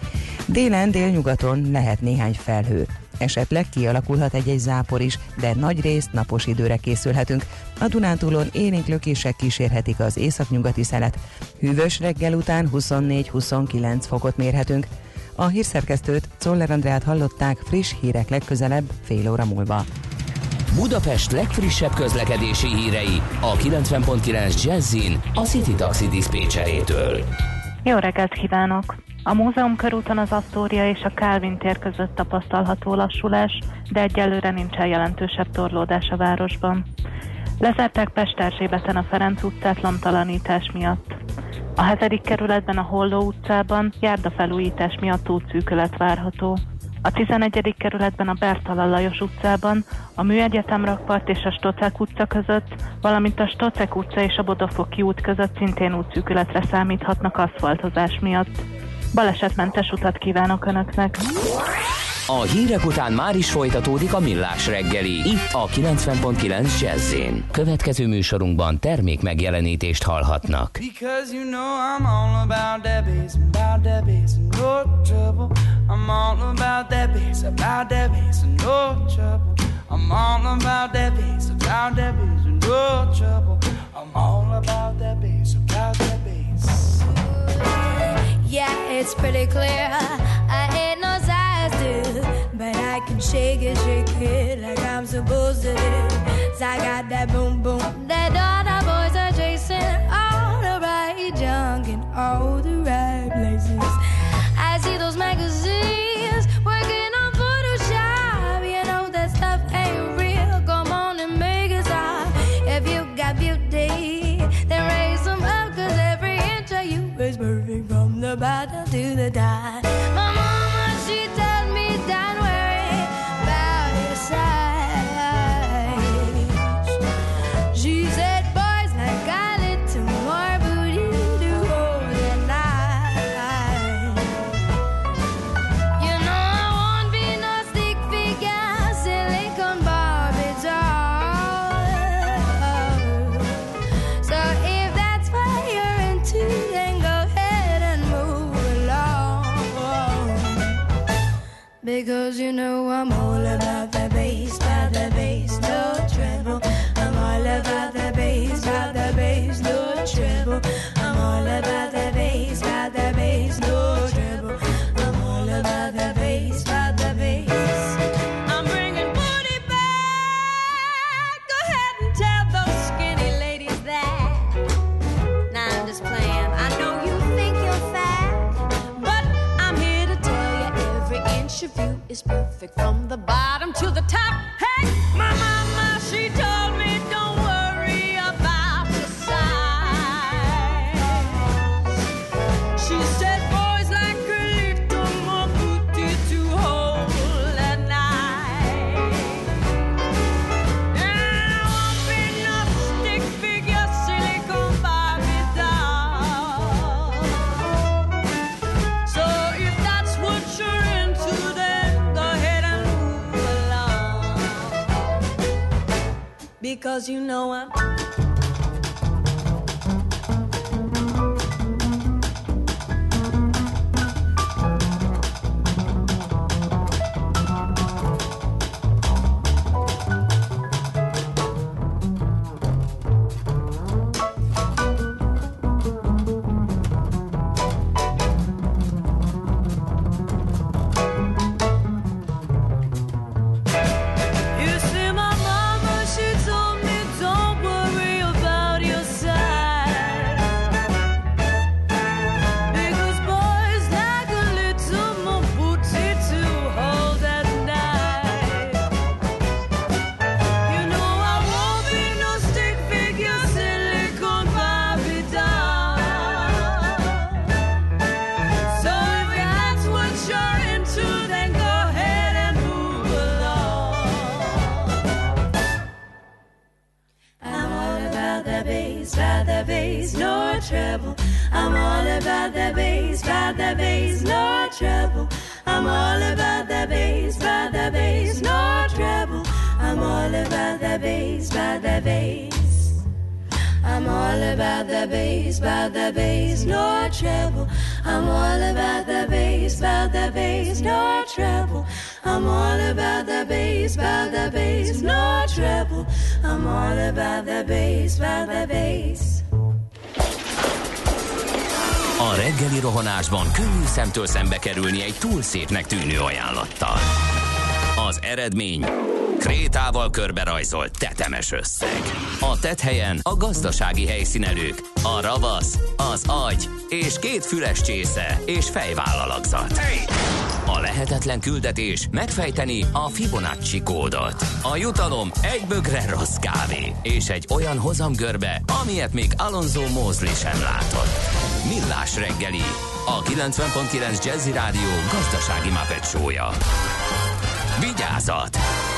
Délen, délnyugaton lehet néhány felhő. Esetleg kialakulhat egy-egy zápor is, de nagyrészt napos időre készülhetünk. A Dunántúlon élénk lökések kísérhetik az északnyugati szelet. Hűvös reggel után huszonnégy-huszonkilenc fokot mérhetünk. A hírszerkesztőt, Czoller Andreát hallották, friss hírek legközelebb fél óra múlva. Budapest legfrissebb közlekedési hírei a kilencven pont kilenc Jazzin a City Taxi diszpécserétől. Jó reggelt kívánok! A Múzeum körúton az Asztória és a Kálvin tér között tapasztalható lassulás, de egyelőre nincsen jelentősebb torlódás a városban. Lezárták Pest-Erzsébeten a Ferenc utcát lomtalanítás miatt. A hetedik kerületben a Holló utcában járdafelújítás miatt útszűkület várható. A tizenegyedik kerületben a Bertalan Lajos utcában, a Műegyetem rakpart és a Stocek utca között, valamint a Stocek utca és a Bodofoki út között szintén útszűkületre számíthatnak aszfaltozás miatt. Balesetmentes utat kívánok Önöknek! A hírek után már is folytatódik a Millás reggeli, itt a kilencven pont kilenc Jazz-in. Következő műsorunkban termék megjelenítést hallhatnak. Because you know I'm all about that bass, about that bass, no trouble. I'm all about that bass, about that bass, no trouble. I'm all about that bass, about that bass, no trouble. I'm all about that bass, about that bass. Yeah, it's pretty clear I ain't no size two, but I can shake it, shake it like I'm supposed to do. 'Cause I got that boom boom that all the boys are chasing, all the right junk in all the right places. I see those magazines working on Photoshop. You know that stuff ain't real. Come on and make it stop. If you got beauty, then raise them up, 'cause every inch of you is perfect from the bottom to the top. My mama, she told me don't worry about your size. She said boys like a little more booty to hold at night. You know I won't be no stick figure, silicone Barbie doll. So if that's what you're into, then go ahead and move along. Because you know I'm all about the bass, about the bass, no treble. I'm all about the bass, about the bass, no treble. I'm all about the bass, about the bass, no treble. I'm all about the bass, about the bass. I'm bringing booty back. Go ahead and tell those skinny ladies that. Nah, I'm just playing. I know you think you're fat, but I'm here to tell you every inch of you is perfect from the bottom to the top. Hey, my mama, she told me don't worry about your size. She said boys like a little more booty to hold at night. And I won't be no stick figure, silicone Barbie doll. So if that's what you're into, then go ahead and move along. Because you know I'm You see, my mama, she told me don't worry about your size. Because boys like a little more booty to hold at night. You know I won't be no stick figure, silicone Barbie doll. So if that's what you're into, then go ahead and move along. I'm all about the bass, about the bass, no trouble. I'm all about the bass, about the bass, no trouble. I'm all about the bass, about the bass, no trouble. I'm all about the bass, about the bass. I'm all about the bass, about the bass, no trouble. I'm all about the bass, about the bass, no trouble. I'm all about the bass, about the bass, no trouble. I'm all about the bass, about the bass. A reggeli rohanásban könnyű szemtől szembe kerülni egy túl szépnek tűnő ajánlattal. Az eredmény krétával körberajzolt tetemes összeg. A tetthelyen a gazdasági helyszínelők, a ravasz, az agy és két füles csésze és fejvállalakzat. A lehetetlen küldetés megfejteni a Fibonacci kódot. A jutalom egy bögre rossz kávé és egy olyan hozamgörbe, amilyet még Alonso Mosley sem látott. Millás reggeli, a kilencven pont kilenc Jazzy Rádió gazdasági Muppet show-ja. Vigyázat!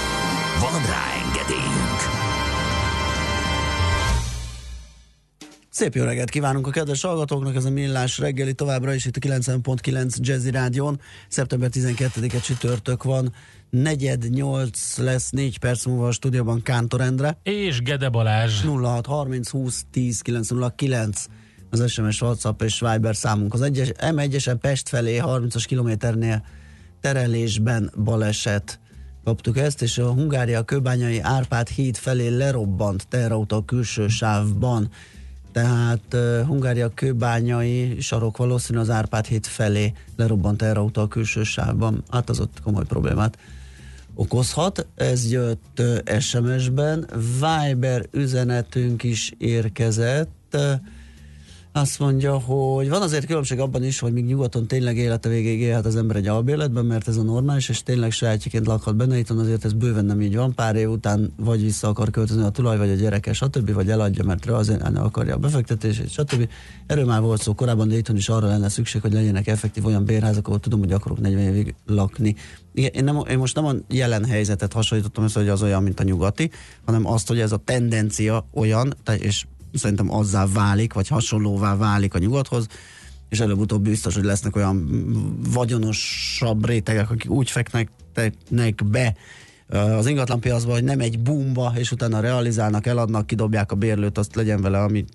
Van rá engedélyünk! Szép jó reggelt kívánunk a kedves hallgatóknak, ez a Millás reggeli továbbra is itt a kilencven pont kilenc Jazzy Rádión. szeptember tizenkettedike csütörtök van, negyed nyolc lesz, négy perc múlva a stúdióban Kántor Endre. És Gede Balázs. nulla hat harminc húsz tíz kilenc nulla kilenc az es em es, WhatsApp és Viber számunk. Az egyes, em egyesen Pest felé harmincas kilométernél terelésben baleset. Kaptuk ezt, és a Hungária Kőbányai Árpád híd felé lerobbant teherautó a külső sávban. Tehát uh, Hungária Kőbányai sarok valószínű az Árpád híd felé lerobbant teherautó a külső sávban. Hát az ott komoly problémát okozhat. Ez jött uh, es em es-ben. Viber üzenetünk is érkezett. Uh, Azt mondja, hogy van azért különbség abban is, hogy míg nyugaton tényleg élete végéig élhet az ember egy albérletben, mert ez a normális, és tényleg sajátjaként lakhat benne, itt azért ez bőven nem így van. Pár év után vagy vissza akar költözni a tulaj, vagy a gyereke, stb., vagy eladja, mert realizálni akarja a befektetését, stb. Erről már volt szó korábban, de itthon is arra lenne szükség, hogy legyenek effektív olyan bérházak, ahol tudom, hogy akarok negyven évig lakni. Én, nem, én most nem a jelen helyzetet hasonlítottam össze, hogy az olyan, mint a nyugati, hanem azt, hogy ez a tendencia olyan, és szerintem azzá válik, vagy hasonlóvá válik a nyugathoz, és előbb-utóbb biztos, hogy lesznek olyan vagyonosabb rétegek, akik úgy feknek be az ingatlanpiacba, hogy nem egy boomba, és utána realizálnak, eladnak, kidobják a bérlőt, azt legyen vele, amit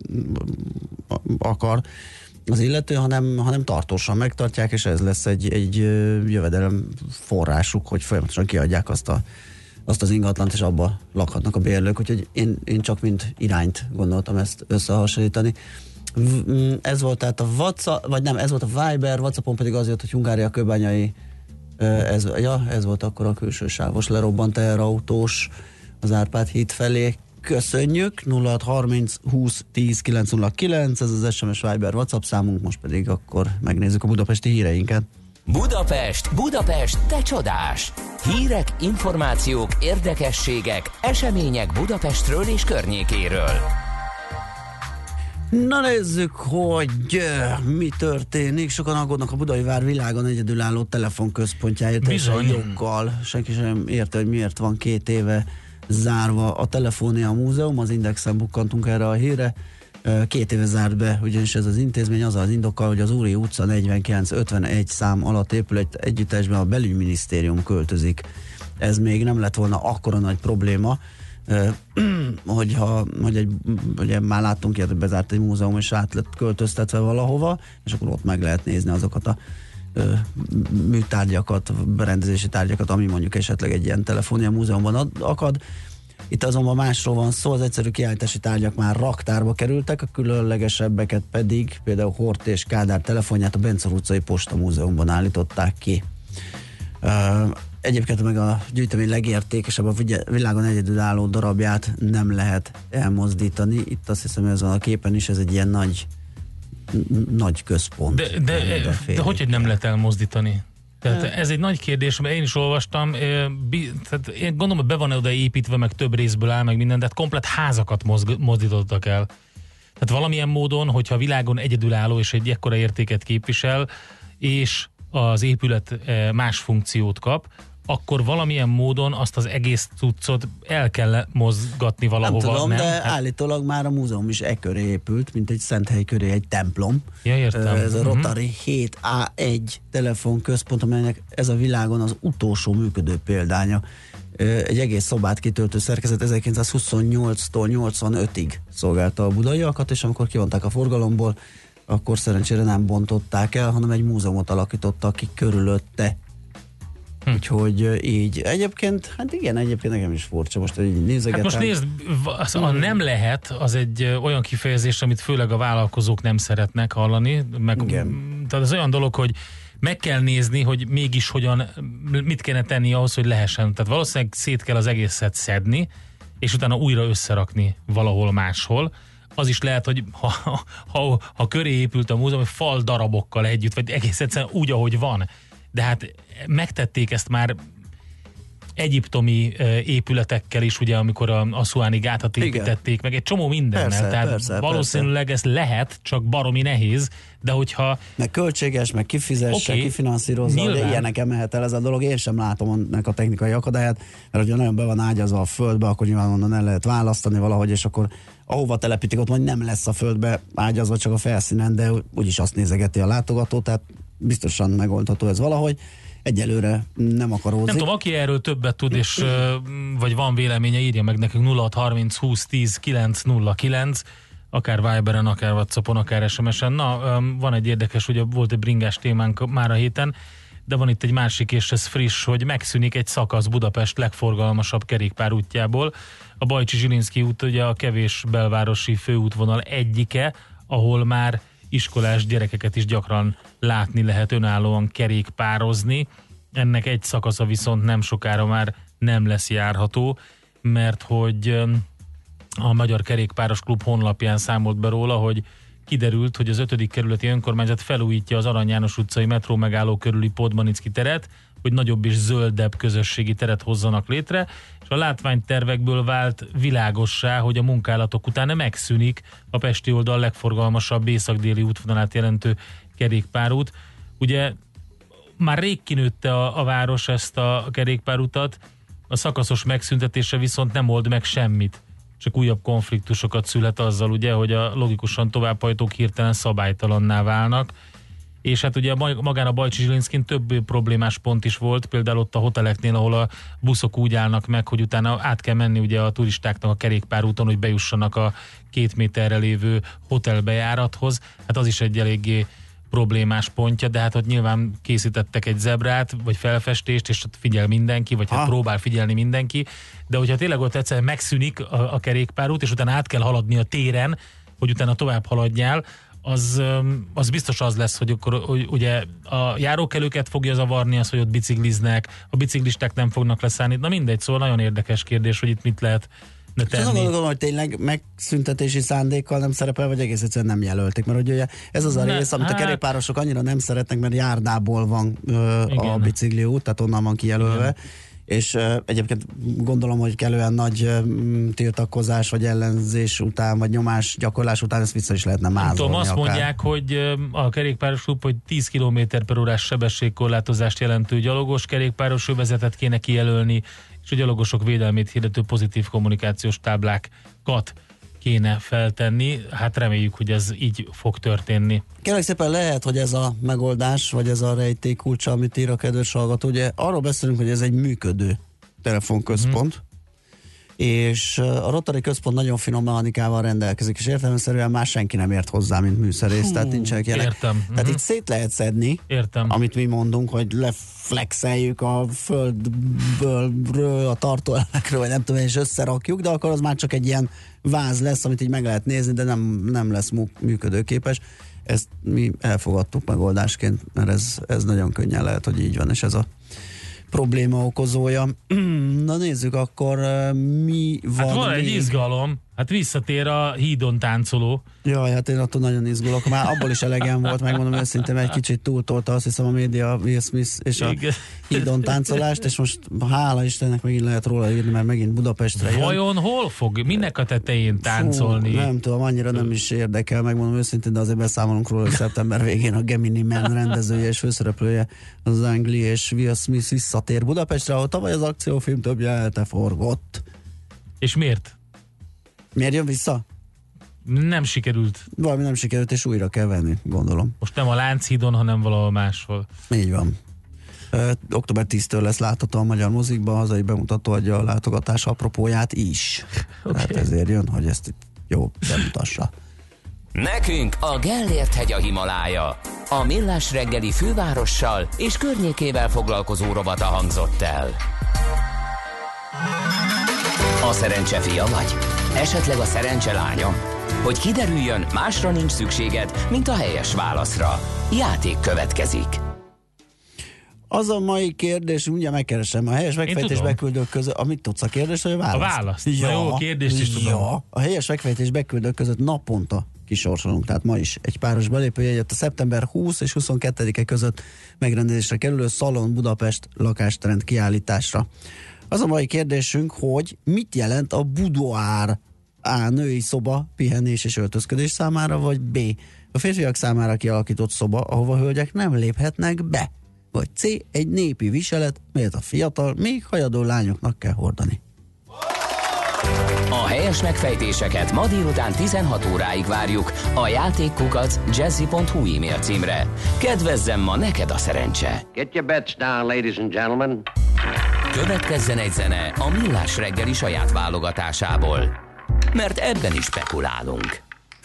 akar az illető, hanem, hanem tartósan megtartják, és ez lesz egy, egy jövedelem forrásuk, hogy folyamatosan kiadják azt a azt az ingatlant, és abba lakhatnak a bérlők, úgyhogy én, én csak mint irányt gondoltam ezt összehasonlítani. Ez volt tehát a WhatsApp, vagy nem, ez volt a Viber, WhatsAppon pedig az jött, hogy Hungária Kőbányai, ez, ja, ez volt akkor a külső sávos lerobbant teherautós az Árpád híd felé. Köszönjük, nulla hat harminc húsz tíz kilenc nulla kilenc, ez az es em es, Viber, WhatsApp számunk, most pedig akkor megnézzük a budapesti híreinket. Budapest, Budapest, te csodás! Hírek, információk, érdekességek, események Budapestről és környékéről. Na nézzük, hogy mi történik. Sokan aggódnak a Budai Vár világon egyedülálló telefonközpontjáért. Bizony. Joggal. Senki sem érte, hogy miért van két éve zárva a Telefónia Múzeum. Az Indexen bukkantunk erre a hírre. Két éve zárt be, ugyanis ez az intézmény azzal az indokkal, hogy az Úri utca negyvenkilenc ötvenegy szám alatt épül egy együttesben a belügyminisztérium költözik. Ez még nem lett volna akkora nagy probléma, hogyha hogy egy, ugye már láttunk ilyet, hogy bezárt egy múzeum, és át lett költöztetve valahova, és akkor ott meg lehet nézni azokat a ö, műtárgyakat, berendezési tárgyakat, ami mondjuk esetleg egy ilyen Telefónia Múzeumban ad, akad. Itt azonban másról van szó, az egyszerű kiállítási tárgyak már raktárba kerültek, a különlegesebbeket pedig, például Hort és Kádár telefonját a Bencor utcai Posta Múzeumban állították ki. Uh, egyébként meg a gyűjtemény legértékesebb, a világon egyedülálló darabját nem lehet elmozdítani. Itt azt hiszem, ez van a képen is, ez egy ilyen nagy, nagy központ. De, de, de hogy, hogy nem lehet elmozdítani? Tehát ez egy nagy kérdés, mert én is olvastam, tehát én gondolom, hogy be van oda építve, meg több részből áll, meg minden, tehát komplet házakat mozg, mozdítottak el. Tehát valamilyen módon, hogyha a világon egyedülálló és egy ekkora értéket képvisel, és az épület más funkciót kap, akkor valamilyen módon azt az egész cuccot el kell mozgatni valahova. Nem tudom, nem? de hát... állítólag már a múzeum is e köré épült, mint egy Szenthely köré egy templom. Ja, értem. Ez a Rotary uh-huh. hét á egy telefonközpont, amelynek ez a világon az utolsó működő példánya. Egy egész szobát kitöltő szerkezet ezerkilencszázhuszonnyolctól nyolcvanötig szolgálta a budaiakat, és amikor kivonták a forgalomból, akkor szerencsére nem bontották el, hanem egy múzeumot alakítottak ki körülötte. Hm. Úgyhogy így. Egyébként, hát igen, egyébként nekem is furcsa. Most így nézegetem. Hát most nézd, az, a nem lehet, az egy olyan kifejezés, amit főleg a vállalkozók nem szeretnek hallani. Meg, tehát az olyan dolog, hogy meg kell nézni, hogy mégis hogyan, mit kéne tenni ahhoz, hogy lehessen. Tehát valószínűleg szét kell az egészet szedni, és utána újra összerakni valahol máshol. Az is lehet, hogy ha, ha, ha, ha köré épült a múzeum, hogy fal darabokkal együtt, vagy egész egyszerűen úgy, ahogy van. De hát megtették ezt már egyiptomi épületekkel is, ugye, amikor a Assuáni gátat építették, igen, meg egy csomó mindennel. Persze, tehát persze, valószínűleg persze. ez lehet, csak baromi nehéz, de hogyha... Meg költséges, meg kifizesse, okay, kifinanszírozza, de ilyeneken mehet el ez a dolog. Én sem látom ennek a technikai akadályát, mert hogyha nagyon be van ágyazva a földbe, akkor nyilván onnan el lehet választani valahogy, és akkor ahova telepítik, ott majd nem lesz a földbe ágyazva, csak a felszínen, de úgyis azt nézegeti a látogató, tehát biztosan megoldható ez valahogy. Egyelőre nem akarózik. Nem tudom, aki erről többet tud, és vagy van véleménye, írja meg nekünk nulla hat harminc húsz tíz kilenc nulla kilenc, akár Viberen, akár WhatsAppon, akár es em es-en. Na, van egy érdekes, ugye volt egy bringás témánk már a héten, de van itt egy másik, és ez friss, hogy megszűnik egy szakasz Budapest legforgalmasabb kerékpárútjából. A Bajcsi-Zsilinszky út ugye a kevés belvárosi főútvonal egyike, ahol már iskolás gyerekeket is gyakran látni lehet önállóan kerékpározni. Ennek egy szakasza viszont nem sokára már nem lesz járható, mert hogy a Magyar Kerékpáros Klub honlapján számolt be róla, hogy kiderült, hogy az ötödik kerületi önkormányzat felújítja az Arany János utcai metró megálló körüli Podmanicki teret, hogy nagyobb és zöldebb közösségi teret hozzanak létre, és a látványtervekből vált világossá, hogy a munkálatok után megszűnik a pesti oldal legforgalmasabb észak-déli útvonalát jelentő kerékpárút. Ugye már rég kinőtte a, a város ezt a kerékpárutat, a szakaszos megszüntetése viszont nem old meg semmit. Csak újabb konfliktusokat szülhet azzal, ugye, hogy a logikusan továbbhajtók hirtelen szabálytalanná válnak. És hát ugye magán a Bajcsi-Zsilinszkyn több problémás pont is volt, például ott a hoteleknél, ahol a buszok úgy állnak meg, hogy utána át kell menni ugye a turistáknak a kerékpárúton, hogy bejussanak a két méterre lévő hotelbejárathoz. Hát az is egy eléggé problémás pontja, de hát ott nyilván készítettek egy zebrát, vagy felfestést, és ott figyel mindenki, vagy hát ha. próbál figyelni mindenki, de hogyha tényleg ott egyszerűen megszűnik a, a kerékpárút, és utána át kell haladni a téren, hogy utána tovább haladjál, az, az biztos az lesz, hogy akkor hogy ugye a járókelőket fogja zavarni az, hogy ott bicikliznek, a biciklisták nem fognak leszállni. Na mindegy, szóval nagyon érdekes kérdés, hogy itt mit lehet tenni. Azt gondolom, hogy tényleg megszüntetési szándékkal nem szerepel, vagy egész egyszerűen nem jelölték, mert ugye ez az a rész, amit hát... a kerékpárosok annyira nem szeretnek, mert járdából van ö, a bicikli út, tehát onnan van kijelölve. Igen. És uh, egyébként gondolom, hogy kellően nagy uh, tiltakozás, vagy ellenzés után, vagy nyomás gyakorlás után ezt vissza is lehetne mázolni. Tudom, azt akár. mondják, hogy uh, a kerékpáros klub, hogy tíz kilométer per órás sebességkorlátozást jelentő gyalogos kerékpáros övezetet kéne kijelölni, és a gyalogosok védelmét hirdető pozitív kommunikációs táblákat kéne feltenni. Hát reméljük, hogy ez így fog történni. Kérlek szépen, lehet, hogy ez a megoldás, vagy ez a rejtélykulcsa, amit ír a kedves hallgató. Ugye arról beszélünk, hogy ez egy működő telefonközpont, mm. és a Rotary központ nagyon finom mechanikával rendelkezik, és értelemszerűen már senki nem ért hozzá, mint műszerész, tehát nincsenek ilyenek. Értem. Tehát uh-huh. itt szét lehet szedni, Értem. amit mi mondunk, hogy leflexeljük a földből, a tartóelemekről, vagy nem tudom, és összerakjuk, de akkor az már csak egy ilyen váz lesz, amit így meg lehet nézni, de nem, nem lesz működőképes. Ezt mi elfogadtuk megoldásként, mert ez, ez nagyon könnyen lehet, hogy így van, és ez a probléma okozója. Na nézzük akkor, mi van. Hát van még? egy izgalom. Hát visszatér a hídon táncoló. Jaj, hát én attól nagyon izgulok. Már abból is elegem volt, megmondom őszintén, egy kicsit túltolta, azt hiszem, a média Will Smith és a Igen. hídon táncolást, és most hála Istennek megint lehet róla írni, mert megint Budapestre jön. Vajon hol fog? Minek a tetején táncolni? Fú, nem tudom, annyira nem is érdekel, megmondom őszintén, de azért beszámolunk róla, hogy szeptember végén a Gemini Man rendezője és főszereplője, az Angli és Will Smith visszatér Budapestre, ahol tavaly az akciófilm több jelenet forgott. És miért? Miért jön vissza? Nem sikerült. Valami nem sikerült, és újra kell venni, gondolom. Most nem a Lánchídon, hanem valahol máshol. Így van. Ö, október tízedikétől lesz látható a magyar mozikban, hazai bemutató adja a látogatás apropóját is. Okay. Hát ezért jön, hogy ezt itt jó bemutassa. Nekünk a Gellért hegy a Himalája. A Millás reggeli fővárossal és környékével foglalkozó rovata hangzott el. A szerencse fia vagy? Esetleg a szerencse lánya? Hogy kiderüljön, másra nincs szükséged, mint a helyes válaszra. Játék következik. Az a mai kérdés, ugye megkeresem, a helyes megfejtés beküldők között, amit tudsz a kérdés, vagy a válasz? A válasz. Ja, jó, a kérdést is tudom. Ja, a helyes megfejtés beküldők között naponta kisorsolunk, tehát ma is egy páros belépőjegyet a szeptember huszadika és huszonkettedike között megrendezésre kerülő Szalon Budapest lakástrend kiállításra. Az a mai kérdésünk, hogy mit jelent a boudoir? A. Női szoba, pihenés és öltözködés számára, vagy B. A férfiak számára kialakított szoba, ahova hölgyek nem léphetnek be, vagy C. Egy népi viselet, melyet a fiatal, még hajadó lányoknak kell hordani. A helyes megfejtéseket ma délután tizenhat óráig várjuk a játékkukac jazzy pont hu e-mail címre. Kedvezzem ma neked a szerencse! Get your bets down, ladies and gentlemen. Következzen egy zene a Millás reggeli saját válogatásából, mert ebben is spekulálunk.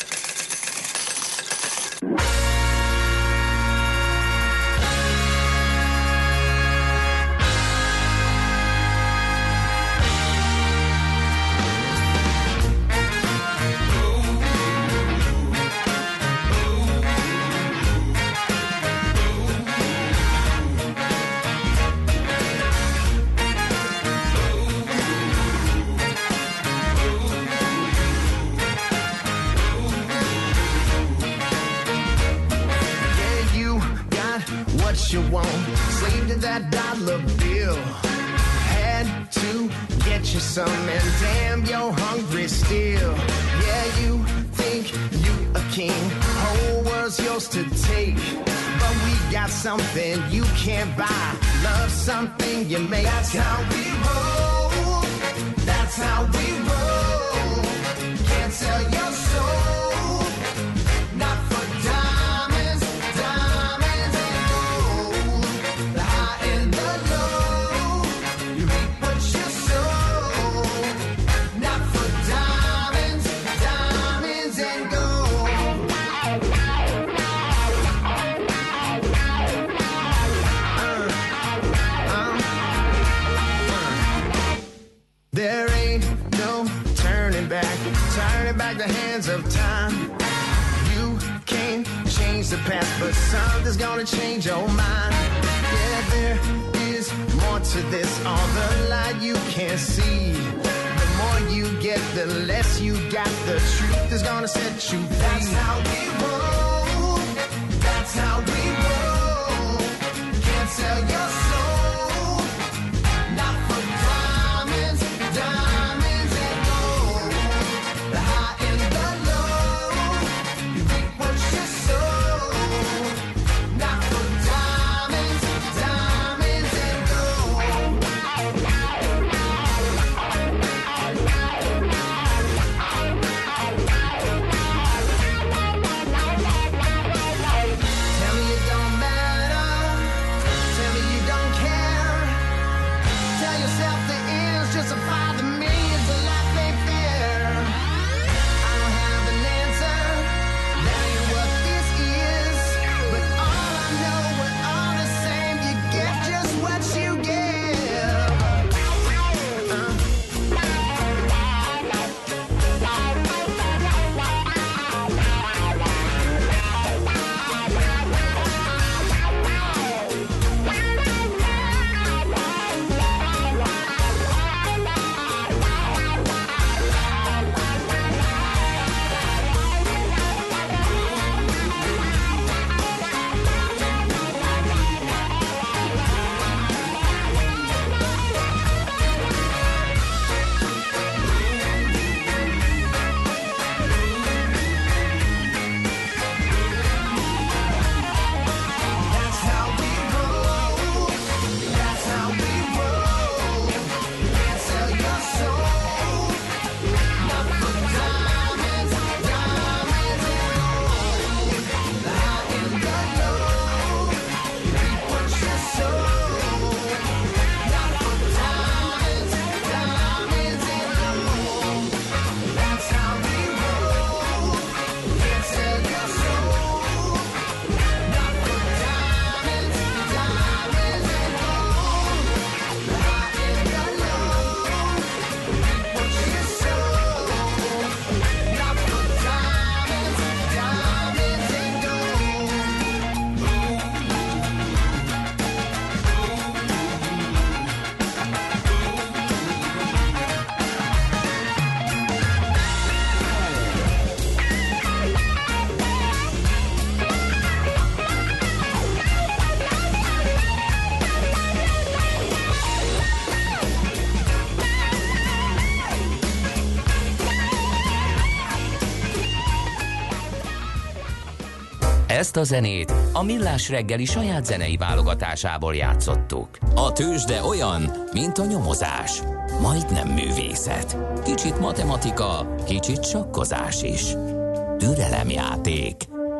You won't slave to that dollar bill. Had to get you some, and damn, you're hungry still. Yeah, you think you a king, whole world's yours to take. But we got something you can't buy. Love something you make. That's how we roll. That's how we roll. Can't sell your soul, not for diamonds, diamonds and gold. The high and the low, you reap what you sow. Not for diamonds, diamonds and gold. Uh, uh, uh. There ain't no turning back, turning back the hands of time. You can't change the past, but something's gonna change your mind. Yeah, there is more to this, all the light you can't see. The more you get, the less you got. The truth is gonna set you free. That's how we roll. That's how we roll. Can't sell your soul, not for diamonds, diamonds and gold. The high and the low, you reap what you sow. Not for diamonds, diamonds and gold. Ezt a zenét a Millás reggeli saját zenei válogatásából játszottuk. A tőzsde olyan, mint a nyomozás. Majdnem művészet. Kicsit matematika, kicsit sakkozás is. Türelemjáték.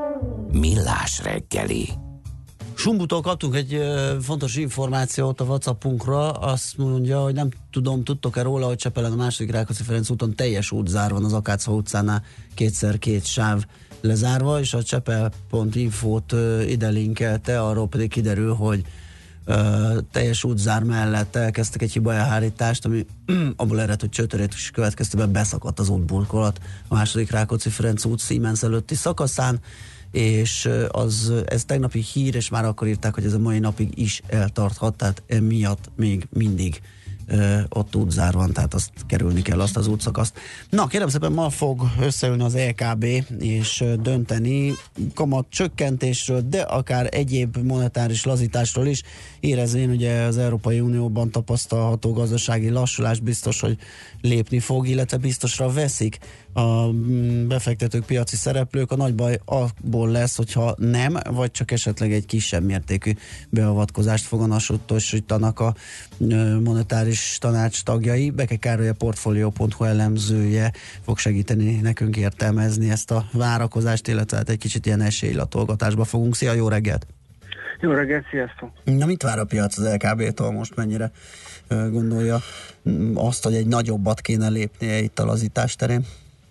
Millás reggeli. Sumbutól kaptunk egy ö, fontos információt a WhatsAppunkra, azt mondja, hogy nem tudom, tudtok-e róla, hogy Csepelen a második Rákóczi Ferenc úton teljes útzár van az Akácfa utcánál, kétszer két sáv lezárva, és a csepel pont infót ö, ide linkelte, arról pedig kiderül, hogy ö, teljes útzár mellett elkezdtek egy hibaelhárítást, ami abból ered, hogy csőtörés következtében beszakadt az útburkolat a második Rákóczi Ferenc út Siemens előtti szakaszán, és az, ez tegnapi hír, és már akkor írták, hogy ez a mai napig is eltarthat, tehát emiatt még mindig ö, ott útzár van, tehát azt kerülni kell, azt az útszakaszt. Na, kérem szépen, ma fog összeülni az é ká bé, és dönteni kamat csökkentésről, de akár egyéb monetáris lazításról is, érezvén ugye az Európai Unióban tapasztalható gazdasági lassulás biztos, hogy lépni fog, illetve biztosra veszik a befektetők, piaci szereplők. A nagy baj abból lesz, hogyha nem, vagy csak esetleg egy kisebb mértékű beavatkozást foganatosítanak a monetáris tanács tagjai. Beke Károly, a Portfolio pont hu elemzője fog segíteni nekünk értelmezni ezt a várakozást, illetve hát egy kicsit ilyen esélylatolgatásba fogunk. Szia, jó reggelt! Jó reggelt, sziasztok! Na, mit vár a piac az el ká bé-től most? Mennyire gondolja azt, hogy egy nagyobbat kéne lépnie itt a lazítás terén?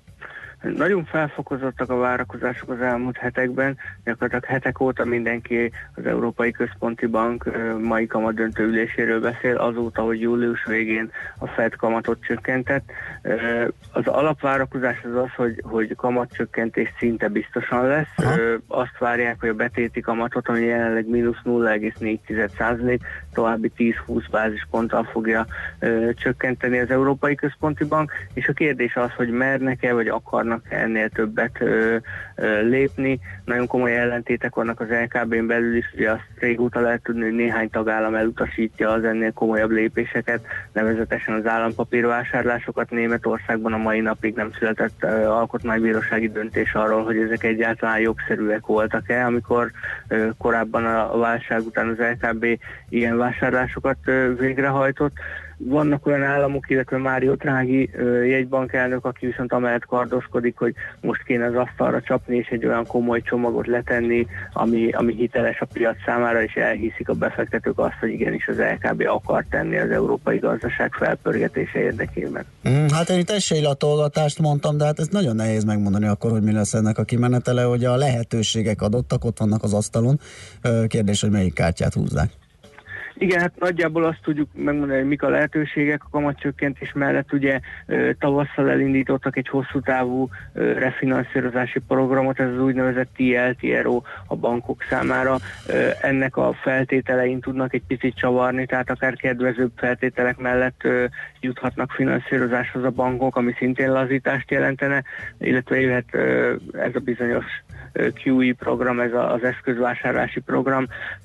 Nagyon felfokozottak a várakozások az elmúlt hetekben, gyakorlatilag hetek óta mindenki az Európai Központi Bank mai kamatdöntő üléséről beszél, azóta, hogy július végén a Fed kamatot csökkentett. Az alapvárakozás az az, hogy, hogy kamatcsökkentés szinte biztosan lesz. Aha. Azt várják, hogy a betéti kamatot, ami jelenleg mínusz nulla egész négy százalék, további tíz-húsz bázisponttal fogja ö, csökkenteni az Európai Központi Bank, és a kérdés az, hogy mernek-e, vagy akarnak ennél többet ö, ö, lépni. Nagyon komoly ellentétek vannak az el ká bén belül is, ugye azt régóta lehet tudni, hogy néhány tagállam elutasítja az ennél komolyabb lépéseket, nevezetesen az állampapírvásárlásokat. Németországban a mai napig nem született ö, alkotmánybírósági döntés arról, hogy ezek egyáltalán jogszerűek voltak-e, amikor ö, korábban a, a válság után az el ká bé ilyen vásárlásokat ö, végrehajtott. Vannak olyan államok, illetve Mário Draghi jegybankelnök, aki viszont amellett kardoskodik, hogy most kéne az asztalra csapni, és egy olyan komoly csomagot letenni, ami, ami hiteles a piac számára, és elhiszik a befektetők azt, hogy igenis az el ká bé akar tenni az európai gazdaság felpörgetése érdekében. Mm, hát én itt esélylatolgatást mondtam, de hát ez nagyon nehéz megmondani akkor, hogy mi lesz ennek a kimenetele, hogy a lehetőségek adottak, ott vannak az asztalon. Kérdés, hogy melyik kártyát húzzák. Igen, hát nagyjából azt tudjuk megmondani, hogy mik a lehetőségek. A kamatcsökkentés mellett ugye tavasszal elindítottak egy hosszú távú refinanszírozási programot, ez az úgynevezett té el té er o a bankok számára. Ennek a feltételein tudnak egy picit csavarni, tehát akár kedvezőbb feltételek mellett juthatnak finanszírozáshoz a bankok, ami szintén lazítást jelentene, illetve jöhet ez a bizonyos kú é program, ez az eszközvásárlási program,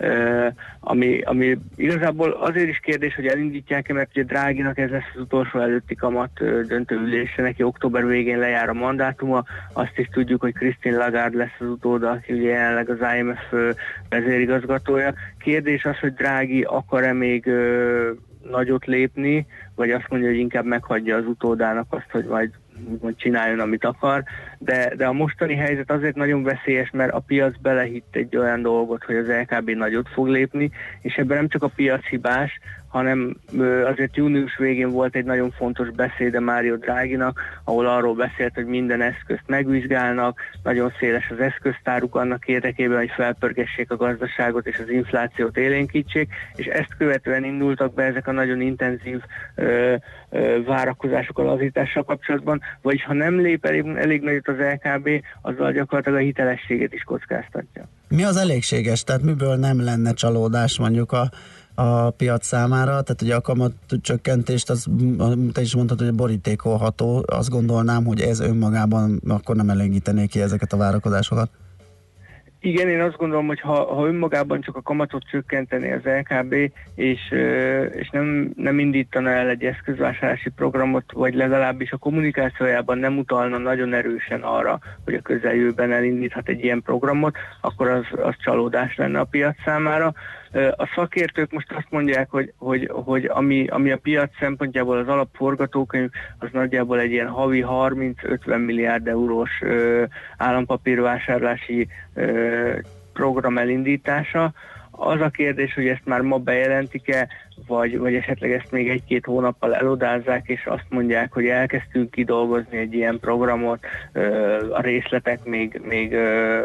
ami, ami igazából azért is kérdés, hogy elindítják-e, mert ugye Draghinak ez lesz az utolsó előtti kamat döntő ülése, neki október végén lejár a mandátuma, azt is tudjuk, hogy Christine Lagarde lesz az utóda, aki ugye jelenleg az i em ef vezérigazgatója. Kérdés az, hogy Draghi akar-e még nagyot lépni, vagy azt mondja, hogy inkább meghagyja az utódának azt, hogy majd úgymond csináljon, amit akar, de, de a mostani helyzet azért nagyon veszélyes, mert a piac belehitt egy olyan dolgot, hogy az el ká bé nagyot fog lépni, és ebben nem csak a piac hibás, hanem azért június végén volt egy nagyon fontos beszéde Mário Draghinak, ahol arról beszélt, hogy minden eszközt megvizsgálnak, nagyon széles az eszköztáruk annak érdekében, hogy felpörgessék a gazdaságot és az inflációt élénkítsék, és ezt követően indultak be ezek a nagyon intenzív ö, ö, várakozások a lazítással kapcsolatban, vagyis ha nem lép elég, elég nagyot az el ká bé, azzal gyakorlatilag a hitelességét is kockáztatja. Mi az elégséges? Tehát miből nem lenne csalódás mondjuk a a piac számára, tehát ugye a kamatcsökkentést, az, te is mondtad, hogy borítékolható, azt gondolnám, hogy ez önmagában akkor nem elégítené ki ezeket a várakozásokat. Igen, én azt gondolom, hogy ha, ha önmagában csak a kamatot csökkenteni az el ká bé, és, és nem, nem indítana el egy eszközvásárlási programot, vagy legalábbis a kommunikációjában nem utalna nagyon erősen arra, hogy a közeljövőben elindíthat egy ilyen programot, akkor az, az csalódás lenne a piac számára. A szakértők most azt mondják, hogy, hogy, hogy ami, ami a piac szempontjából az alapforgatókönyv, az nagyjából egy ilyen havi harminc-ötven milliárd eurós ö, állampapírvásárlási ö, program elindítása. Az a kérdés, hogy ezt már ma bejelentik-e, vagy, vagy esetleg ezt még egy-két hónappal elodázzák, és azt mondják, hogy elkezdtünk kidolgozni egy ilyen programot, ö, a részletek még, még ö,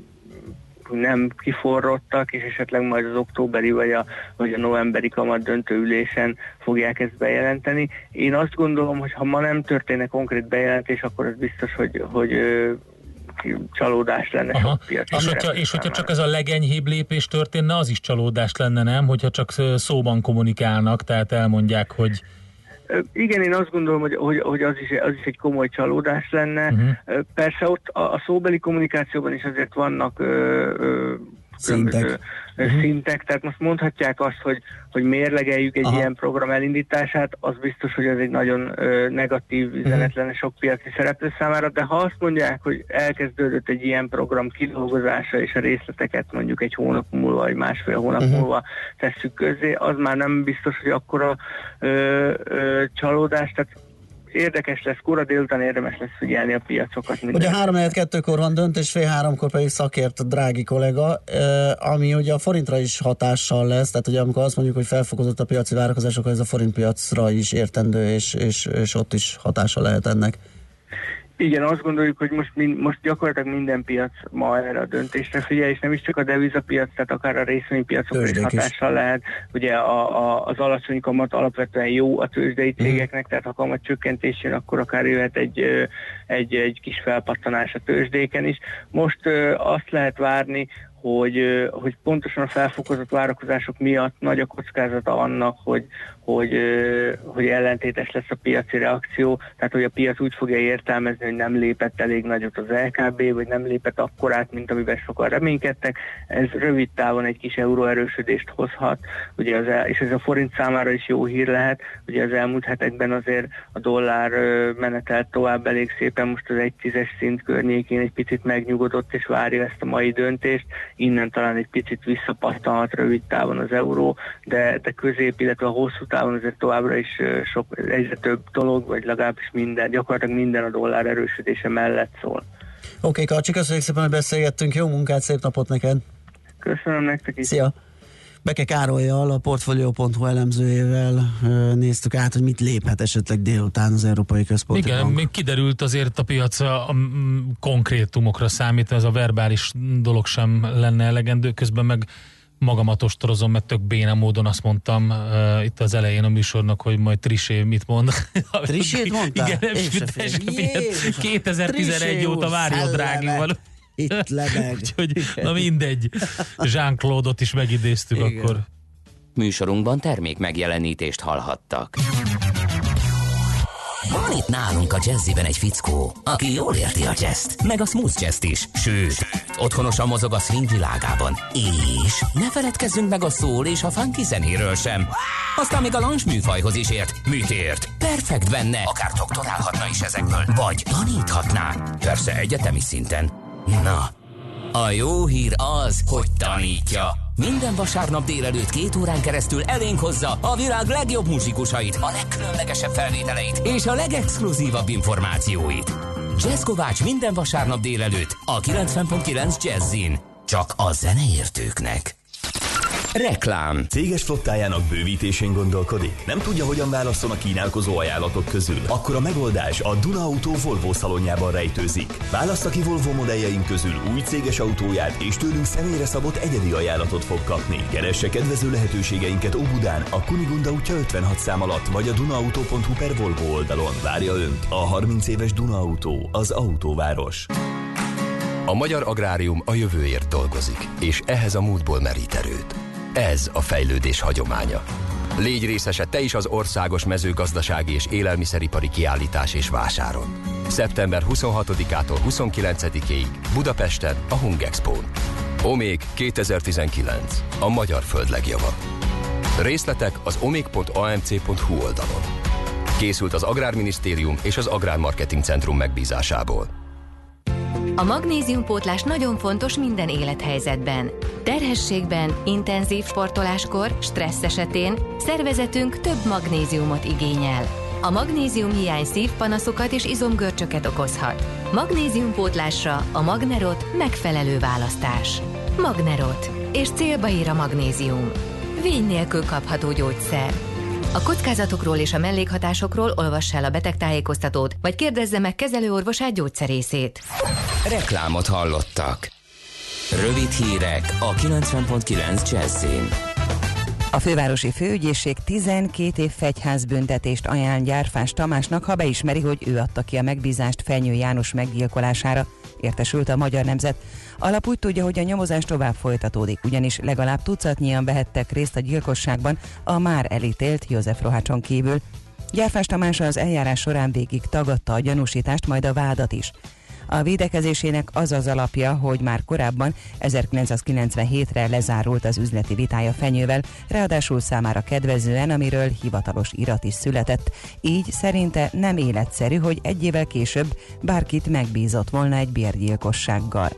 nem kiforrottak, és esetleg majd az októberi vagy a, vagy a novemberi kamat döntőülésen fogják ezt bejelenteni. Én azt gondolom, hogy ha ma nem történne konkrét bejelentés, akkor az biztos, hogy, hogy ö, csalódás lenne Aha. sok piaci. És hogyha, és hogyha csak ez a legenyhébb lépés történne, az is csalódás lenne, nem? Hogyha csak szóban kommunikálnak, tehát elmondják, hogy igen, én azt gondolom, hogy, hogy, hogy az, is, az is egy komoly csalódás lenne. Uh-huh. Persze ott a, a szóbeli kommunikációban is azért vannak ö, ö, szintek. Uh-huh. szintek, tehát most mondhatják azt, hogy, hogy mérlegeljük egy Aha. ilyen program elindítását, az biztos, hogy ez egy nagyon ö, negatív üzenet lenne sok piaci szereplő számára, de ha azt mondják, hogy elkezdődött egy ilyen program kidolgozása, és a részleteket mondjuk egy hónap múlva, vagy másfél hónap uh-huh. múlva tesszük közzé, az már nem biztos, hogy akkora ö, ö, csalódás, tehát érdekes lesz, kora délután érdemes lesz figyelni a piacokat. Ugye három negyven kettőkor van döntés, fél háromkor pedig szakért a drági kollega, ami ugye a forintra is hatással lesz, tehát ugye amikor azt mondjuk, hogy felfokozott a piaci várakozás, akkor ez a forintpiacra is értendő, és, és, és ott is hatása lehet ennek. Igen, azt gondoljuk, hogy most, mind, most gyakorlatilag minden piac ma erre a döntésre figyel, és nem is csak a devizapiac, tehát akár a részvénypiacokra is hatással lehet. Ugye a, a, az alacsony kamat alapvetően jó a tőzsdei cégeknek, mm. tehát ha kamat csökkentés jön, akkor akár jöhet egy, egy, egy kis felpattanás a tőzsdéken is. Most azt lehet várni, hogy, hogy pontosan a felfokozott várakozások miatt nagy a kockázata annak, hogy, hogy, hogy ellentétes lesz a piaci reakció, tehát hogy a piac úgy fogja értelmezni, hogy nem lépett elég nagyot az el ká bé, vagy nem lépett akkorát, mint amiben sokan reménykedtek. Ez rövid távon egy kis euróerősödést hozhat, ugye az el, és ez a forint számára is jó hír lehet. Ugye az elmúlt hetekben azért a dollár menetelt tovább elég szépen, most az egy tízes szint környékén egy picit megnyugodott, és várja ezt a mai döntést. Innen talán egy picit visszapattanhat rövid távon az euró, de, de közép, illetve a hosszú távon azért továbbra is sok, egyre több dolog, vagy legalábbis minden, gyakorlatilag minden a dollár erősödése mellett szól. Oké, okay, Karcsi, köszönjük szépen, hogy beszélgettünk, jó munkát, szép napot neked! Köszönöm nektek is! Szia! Beke Károlyjal, a Portfolio pont hu elemzőjével néztük át, hogy mit léphet esetleg délután az Európai Központi Igen, Bank. még kiderült azért a piac a, a konkrétumokra számít, ez a verbális dolog sem lenne elegendő, közben meg magamat ostorozom, mert tök béna módon azt mondtam uh, itt az elején a műsornak, hogy majd Trichet mit mond. Trichet mondtál? Igen, kétezer-tizenegy óta várja Drágival. Itt lebeg. Úgyhogy, na mindegy. Jean-Claude-ot is megidéztük. Igen. Akkor. Műsorunkban termék megjelenítést hallhattak. Van itt nálunk a Jazziben egy fickó, aki jól érti a jazzt, meg a smooth jazzt is, sőt, otthonosan mozog a swing világában. És ne feledkezzünk meg a soul és a funky zenéről sem. Aztán még a lounge műfajhoz is ért. Mit ért? Perfekt benne. Akár doktorálhatna is ezekből, vagy taníthatná. Persze egyetemi szinten. Na, a jó hír az, hogy tanítja. Minden vasárnap délelőtt két órán keresztül elénk hozza a világ legjobb muzsikusait, a legkülönlegesebb felvételeit és a legexkluzívabb információit. Jazz Kovács minden vasárnap délelőtt a kilencven pont kilenc Jazzin. Csak a zeneértőknek. Reklám. Céges flottájának bővítésén gondolkodik? Nem tudja, hogyan válasszon a kínálkozó ajánlatok közül? Akkor a megoldás a Duna Auto Volvo szalonjában rejtőzik. Válassza ki Volvo modelljeink közül új céges autóját, és tőlünk személyre szabott egyedi ajánlatot fog kapni. Keresse kedvező lehetőségeinket Óbudán, a Kunigunda útja ötvenhat szám alatt, vagy a dunaauto pont hu per Volvo oldalon. Várja Önt a harminc éves Duna Auto, az autóváros. A magyar agrárium a jövőért dolgozik, és ehhez a múltból merít erőt. Ez a fejlődés hagyománya. Légy részese te is az országos mezőgazdasági és élelmiszeripari kiállítás és vásáron. szeptember huszonhatodikától huszonkilencedikéig Budapesten a Hungexpón. Omék kétezer-tizenkilenc. A magyar föld legjava. Részletek az omék pont a m c pont h u oldalon. Készült az Agrárminisztérium és az Agrármarketing Centrum megbízásából. A magnéziumpótlás nagyon fontos minden élethelyzetben. Terhességben, intenzív sportoláskor, stressz esetén szervezetünk több magnéziumot igényel. A magnézium hiány szívpanaszokat és izomgörcsöket okozhat. Magnéziumpótlásra a Magnerot megfelelő választás. Magnerot. És célba ír a magnézium. Vény nélkül kapható gyógyszer. A kockázatokról és a mellékhatásokról olvass el a betegtájékoztatót, vagy kérdezze meg kezelőorvosát, gyógyszerészét. Reklámot hallottak. Rövid hírek a kilencven pont kilenc Jazzin. A fővárosi főügyészség tizenkét év fegyházbüntetést ajánl Gyárfás Tamásnak, ha beismeri, hogy ő adta ki a megbízást Fenyő János meggyilkolására, értesült a Magyar Nemzet. A lap úgy tudja, hogy a nyomozás tovább folytatódik, ugyanis legalább tucatnyian vehettek részt a gyilkosságban a már elítélt József Rohácson kívül. Gyárfás Tamás az eljárás során végig tagadta a gyanúsítást, majd a vádat is. A védekezésének az az alapja, hogy már korábban ezerkilencszázkilencvenhétre lezárult az üzleti vitája Fenyővel, ráadásul számára kedvezően, amiről hivatalos irat is született. Így szerinte nem életszerű, hogy egy évvel később bárkit megbízott volna egy bérgyilkossággal.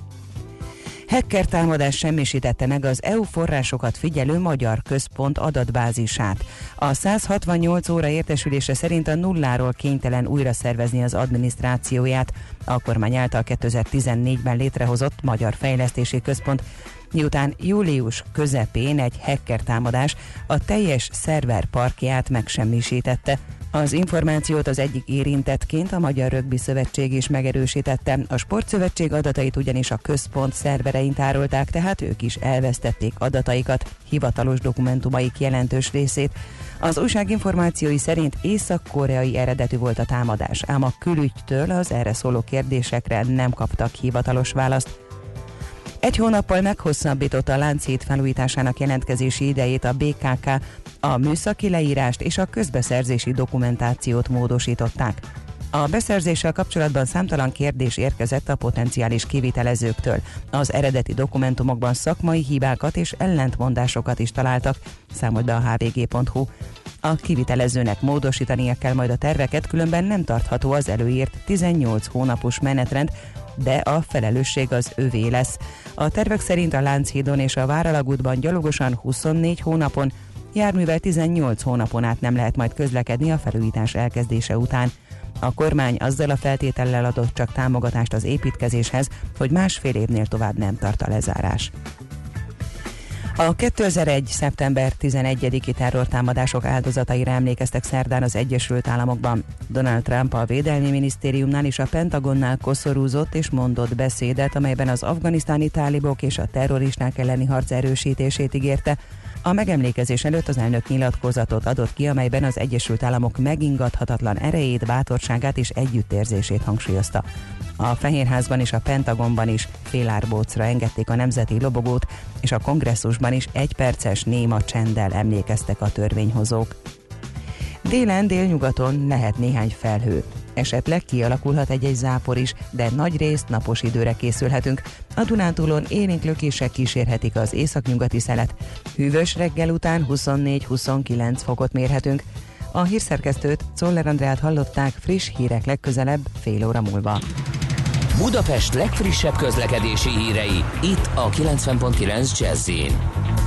Hacker támadás semmisítette meg az é u forrásokat figyelő Magyar Központ adatbázisát. A száz hatvannyolc óra értesülése szerint a nulláról kénytelen újra szervezni az adminisztrációját. A kormány által kétezer-tizennégyben létrehozott Magyar Fejlesztési Központ, miután július közepén egy hacker támadás a teljes szerverparkját megsemmisítette. Az információt az egyik érintettként a Magyar Rögbi Szövetség is megerősítette. A Sportszövetség adatait ugyanis a központ szerverein tárolták, tehát ők is elvesztették adataikat, hivatalos dokumentumaik jelentős részét. Az újság információi szerint észak-koreai eredetű volt a támadás, ám a külügytől az erre szóló kérdésekre nem kaptak hivatalos választ. Egy hónappal meghosszabbította a Lánchíd felújításának jelentkezési idejét a bé ká ká, a műszaki leírást és a közbeszerzési dokumentációt módosították. A beszerzéssel kapcsolatban számtalan kérdés érkezett a potenciális kivitelezőktől. Az eredeti dokumentumokban szakmai hibákat és ellentmondásokat is találtak, számolt be a há vé gé pont hú. A kivitelezőnek módosítania kell majd a terveket, különben nem tartható az előírt tizennyolc hónapos menetrend, de a felelősség az övé lesz. A tervek szerint a Lánchídon és a Váralagútban gyalogosan huszonnégy hónapon, járművel tizennyolc hónapon át nem lehet majd közlekedni a felújítás elkezdése után. A kormány azzal a feltétellel adott csak támogatást az építkezéshez, hogy másfél évnél tovább nem tart a lezárás. A kétezer-egy. szeptember tizenegyediki terrortámadások áldozataira emlékeztek szerdán az Egyesült Államokban. Donald Trump a Védelmi Minisztériumnál és a Pentagonnál koszorúzott és mondott beszédet, amelyben az afganisztáni tálibok és a terroristák elleni harc erősítését ígérte. A megemlékezés előtt az elnök nyilatkozatot adott ki, amelyben az Egyesült Államok megingathatatlan erejét, bátorságát és együttérzését hangsúlyozta. A Fehérházban és a Pentagonban is félárbócra engedték a nemzeti lobogót, és a kongresszusban is egyperces néma csenddel emlékeztek a törvényhozók. Délen, délnyugaton lehet néhány felhő. Esetleg kialakulhat egy-egy zápor is, de nagyrészt napos időre készülhetünk. A Dunántúlon élénk lökések kísérhetik az északnyugati szelet. Hűvös reggel után huszonnégy-huszonkilenc fokot mérhetünk. A hírszerkesztőt, Czoller Andrát hallották, friss hírek legközelebb fél óra múlva. Budapest legfrissebb közlekedési hírei, itt a kilencven pont kilenc Jazzin.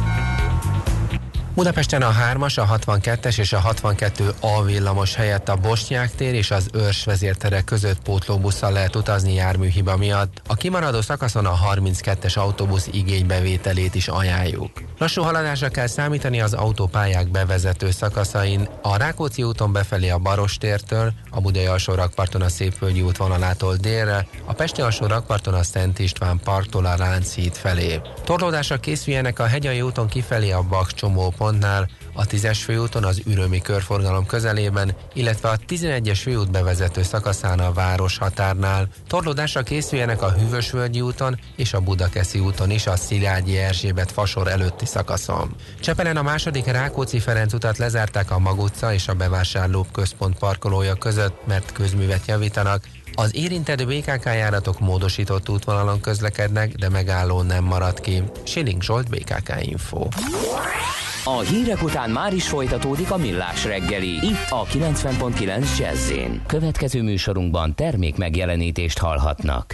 Budapesten a hármas, a hatvankettes és a hatvankettő A villamos helyett a Bosnyák tér és az Őrs vezértere között pótlóbusszal lehet utazni járműhiba miatt. A kimaradó szakaszon a harminckettes autóbusz igénybevételét is ajánljuk. Lassú haladásra kell számítani az autópályák bevezető szakaszain, a Rákóczi úton befelé a Barostértől, a Budai alsórakparton a Szépvölgyi útvonalától délre, a Pesti alsórakparton a Szent István parktól a Lánchíd felé. Torlódásra készüljenek a Hegyalja úton kifelé a Bak csomópontnál, a tízes főúton az Ürömi körforgalom közelében, illetve a tizenegyes főút bevezető szakaszán a Városhatárnál. Torlódásra készüljenek a Hűvösvölgyi úton és a Budakeszi úton is a Szilágyi Erzsébet fasor előtti szakaszon. Csepelen a második Rákóczi-Ferenc utat lezárták a Mag utca és a bevásárló központ parkolója között, mert közművet javítanak. Az érintett bé ká ká járatok módosított útvonalon közlekednek, de megálló nem marad ki. Siling Zsolt, bé ká ká Info. A hírek után már is folytatódik a Millás reggeli, itt a kilencven pont kilenc Jazz-én. Következő műsorunkban termék megjelenítést hallhatnak.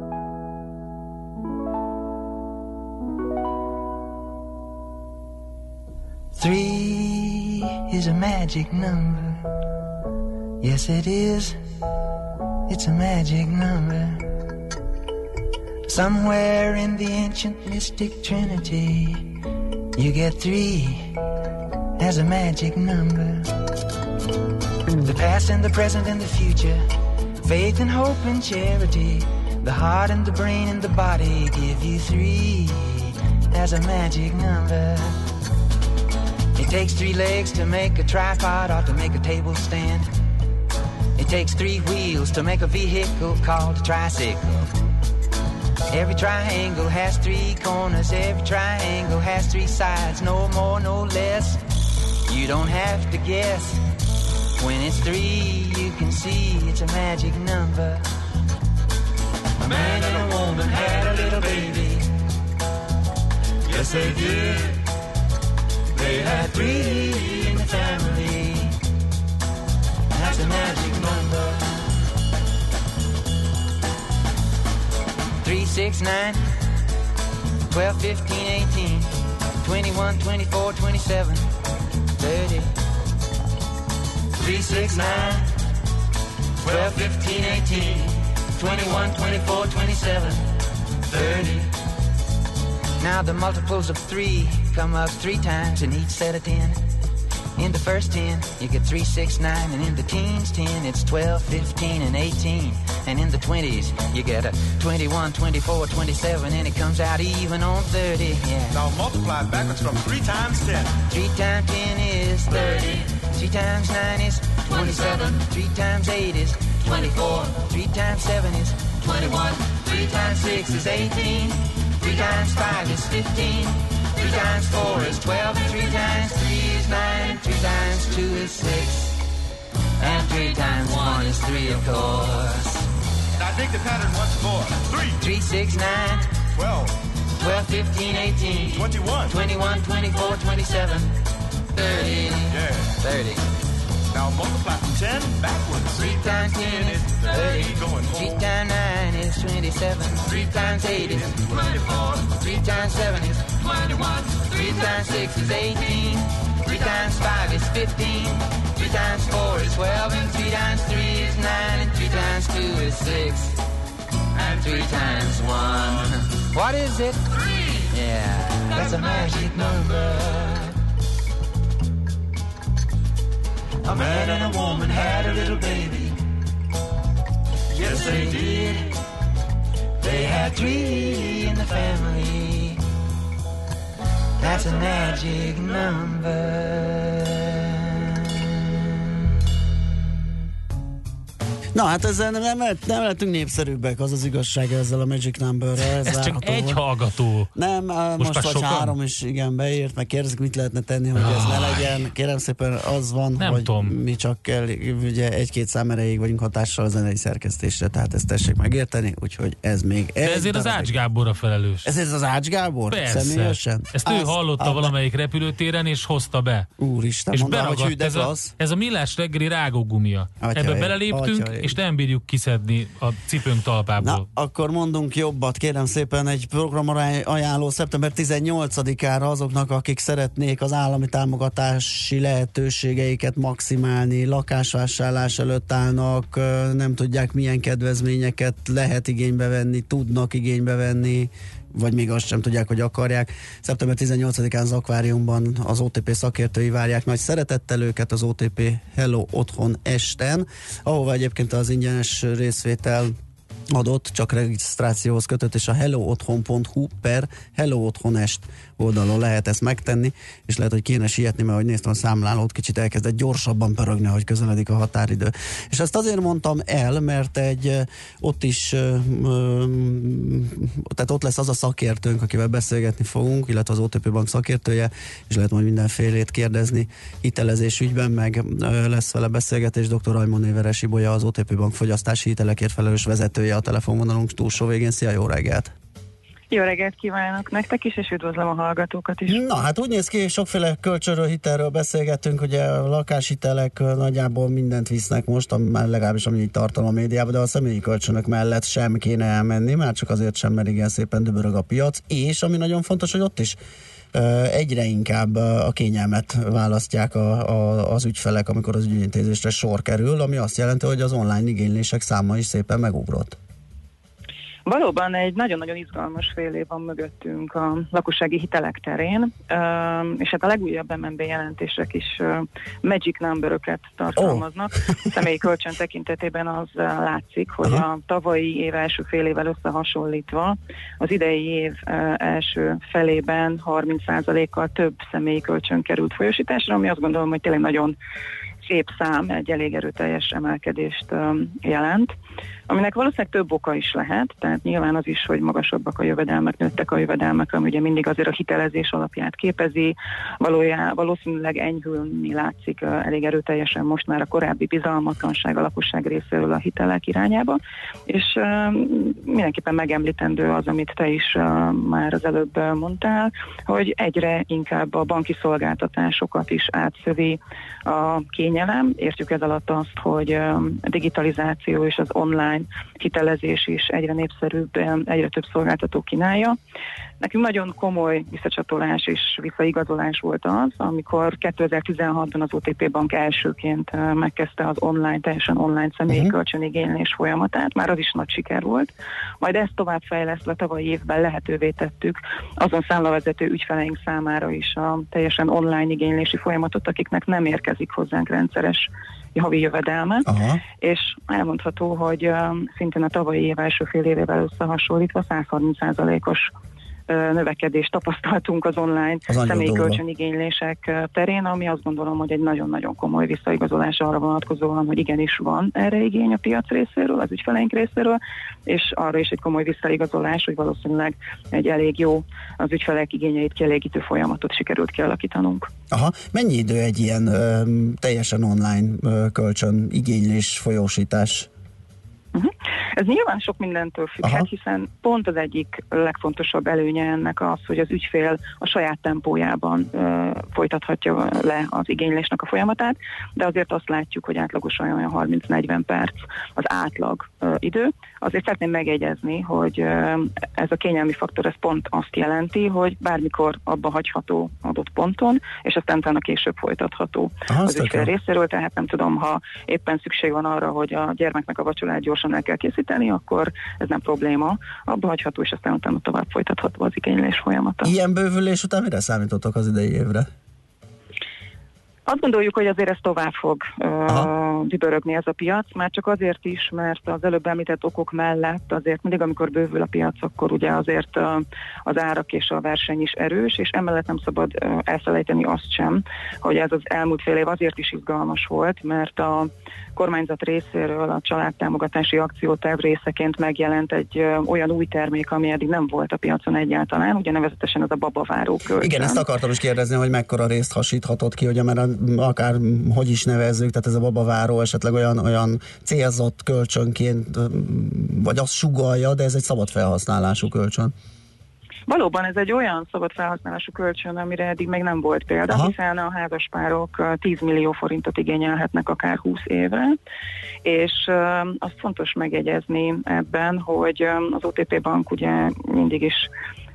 Three is a magic number. Yes, it is. It's a magic number. Somewhere in the ancient mystic trinity, you get three as a magic number. The past and the present and the future, faith and hope and charity, the heart and the brain and the body give you three as a magic number. It takes three legs to make a tripod or to make a table stand. It takes three wheels to make a vehicle called a tricycle. Every triangle has three corners, every triangle has three sides, no more, no less. You don't have to guess. When it's three, you can see it's a magic number. A man and a woman had a little baby. Yes, they did. They had three in the family. That's a magic number. Three, six, nine, twelve, fifteen, eighteen, twenty-one, twenty-four, twenty-seven, thirty. Three, six, nine, twelve, fifteen, eighteen, twenty-one, twenty-four, twenty-seven, thirty. Now the multiples of three come up three times in each set of ten. In the first ten, you get three, six, nine, and in the teens, ten, it's twelve, fifteen, and eighteen. And in the twenties, you get a twenty-one, twenty-four, twenty-seven, and it comes out even on thirty, yeah. Now multiply backwards from three times ten. Three times ten is thirty. Three times nine is twenty-seven. Three times eight is twenty-four. Three times seven is twenty-one. Three times six is eighteen. Three times five is fifteen. Three times four is twelve. And three times three is nine. And three times two is six. And three times one is three, of course. Now dig the pattern once more. Three. Three, six, nine. Twelve. Twelve, fifteen, eighteen. Twenty-one. Twenty-one, twenty-four, twenty-seven. Thirty. Yeah. Thirty. Now multiply from ten backwards. Three times ten is thirty. Going Three times nine is twenty-seven. Three times eight is twenty-four. Three times seven is twenty-one. Three times six is eighteen. Three times five is fifteen. Three times four is twelve. And three times three is nine. And three times two is six. And three times one. What is it? Three. Yeah, that's a magic number. A man and a woman had a little baby. Yes, they did. They had three in the family. That's a magic number. Na hát ezzel nem, nem, nem lehetünk népszerűbbek, az az igazság ezzel a Magic Number-rel. Ez, ez csak egy volt. Hallgató. Nem, most, most vagy sokan? Három is igen beírt, meg kérdezik, mit lehetne tenni, hogy ez ne legyen. Kérem szépen, az van, nem hogy tudom. Mi csak kell, ugye egy-két szám erejéig vagyunk hatással a zenei szerkesztésre, tehát ezt tessék megérteni, úgyhogy ez még de egy ezért az Ács Gábor a felelős. Ez az Ács Gábor? Persze. Személyesen? Ezt ő hallotta á, valamelyik repülőtéren, és hozta be. Úristen, és mondom, hogy hű, de ez, a, ez a Millás reggeli rágógumia. Ebbe beleléptünk, atyai. És nem bírjuk kiszedni a cipőnk talpából. Na, akkor mondunk jobbat, kérem szépen, egy programajánló szeptember tizennyolcadikára azoknak, akik szeretnék az állami támogatási lehetőségeiket maximálni, lakásvásárlás előtt állnak, nem tudják milyen kedvezményeket lehet igénybe venni, tudnak igénybe venni, vagy még azt sem tudják, hogy akarják. szeptember tizennyolcadikán az akváriumban az o té pé szakértői várják nagy szeretettel őket az o té pé Hello Otthon Esten, ahova egyébként az ingyenes részvétel adott, csak regisztrációhoz kötött, és a hellootthon pont hu per hellootthonest oldalon lehet ezt megtenni, és lehet, hogy kéne sietni, mert ahogy néztem a számlálót, kicsit elkezdett gyorsabban pörögni, hogy közeledik a határidő. És ezt azért mondtam el, mert egy ott is, tehát ott lesz az a szakértőnk, akivel beszélgetni fogunk, illetve az o té pé Bank szakértője, és lehet majd mindenfélét kérdezni hitelezés ügyben, meg lesz vele beszélgetés. doktor Ajmon Éveres Ibolya, az o té pé Bank fogyasztási hitelekért felelős vezetője a telefonvonalunk túlsó végén. Szia, jó reggelt! Jó reggelt kívánok nektek is, és üdvözlöm a hallgatókat is. Na, hát úgy néz ki, sokféle kölcsönről, hitelről beszélgettünk, ugye a lakáshitelek nagyjából mindent visznek most, már legalábbis ami így tartalom a médiában, de a személyi kölcsönök mellett sem kéne elmenni, már csak azért sem, mert igen szépen dübörög a piac, és ami nagyon fontos, hogy ott is egyre inkább a kényelmet választják a, a, az ügyfelek, amikor az ügyintézésre sor kerül, ami azt jelenti, hogy az online igénylések száma is szépen megugrott. Valóban egy nagyon-nagyon izgalmas fél év van mögöttünk a lakossági hitelek terén, és hát a legújabb em en bé jelentések is magic numberöket tartalmaznak. Oh. Személyi kölcsön tekintetében az látszik, hogy uh-huh. a tavalyi év első fél évvel összehasonlítva az idei év első felében harminc százalékkal több személyi kölcsön került folyósításra, ami azt gondolom, hogy tényleg nagyon szép szám, egy elég erőteljes emelkedést jelent, aminek valószínűleg több oka is lehet, tehát nyilván az is, hogy magasabbak a jövedelmek, nőttek a jövedelmek, ami ugye mindig azért a hitelezés alapját képezi, valójá, valószínűleg enyhülni látszik elég erőteljesen most már a korábbi bizalmatlanság a lakosság részéről a hitelek irányába, és uh, mindenképpen megemlítendő az, amit te is uh, már az előbb mondtál, hogy egyre inkább a banki szolgáltatásosokat is átszövi a kényelem. Értjük ez alatt azt, hogy a digitalizáció és az online hitelezés is egyre népszerűbb, egyre több szolgáltató kínálja. Nekünk nagyon komoly visszacsatolás és visszaigazolás volt az, amikor kétezer-tizenhatban az o té pé Bank elsőként megkezdte az online, teljesen online személyi uh-huh. kölcsönigénylés folyamatát, már az is nagy siker volt. Majd ezt továbbfejlesztve tavalyi évben lehetővé tettük azon számlavezető ügyfeleink számára is a teljesen online igénylési folyamatot, akiknek nem érkezik hozzánk rendszeres havi jövedelme, Aha. és elmondható, hogy uh, szintén a tavalyi év első fél évével összehasonlítva száz harminc százalékos növekedést tapasztaltunk az online személyi kölcsönigénylések terén, ami azt gondolom, hogy egy nagyon-nagyon komoly visszaigazolás arra vonatkozóan, hogy igenis van erre igény a piac részéről, az ügyfeleink részéről, és arra is egy komoly visszaigazolás, hogy valószínűleg egy elég jó, az ügyfelek igényeit kielégítő folyamatot sikerült kialakítanunk. Aha, mennyi idő egy ilyen ö, teljesen online ö, kölcsön igénylés, folyósítás? Uh-huh. Ez nyilván sok mindentől függhet, hiszen pont az egyik legfontosabb előnye ennek az, hogy az ügyfél a saját tempójában uh, folytathatja le az igénylésnek a folyamatát, de azért azt látjuk, hogy átlagosan olyan harminc-negyven perc az átlag uh, idő. Azért szeretném megjegyezni, hogy uh, ez a kényelmi faktor, ez pont azt jelenti, hogy bármikor abba hagyható adott ponton, és aztán utána később folytatható Aha, az ügyfél részéről, tehát nem tudom, ha éppen szükség van arra, hogy a gyermeknek a vacsorát gyorsan el kell készíteni, akkor ez nem probléma. Abba hagyható, és aztán utána tovább folytatható az igénylés folyamata. Ilyen bővülés után mire számítottak az idei évre? Azt gondoljuk, hogy azért ez tovább fog uh, dübörögni ez a piac, már csak azért is, mert az előbb említett okok mellett azért mindig, amikor bővül a piac, akkor ugye azért uh, az árak és a verseny is erős, és emellett nem szabad uh, elfelejteni azt sem, hogy ez az elmúlt fél év azért is izgalmas volt, mert a kormányzat részéről a családtámogatási akcióterv részeként megjelent egy ö, olyan új termék, ami eddig nem volt a piacon egyáltalán, ugye nevezetesen az a babaváró kölcsön. Igen, ezt akartam is kérdezni, hogy mekkora részt hasíthatott ki, ugye, mert akár hogy is nevezzük, tehát ez a babaváró esetleg olyan, olyan célzott kölcsönként, vagy azt sugallja, de ez egy szabad felhasználású kölcsön. Valóban ez egy olyan szabad felhasználású kölcsön, amire eddig még nem volt példa, Aha. hiszen a házaspárok tíz millió forintot igényelhetnek akár húsz évre, és uh, azt fontos megjegyezni ebben, hogy um, az o té pé Bank ugye mindig is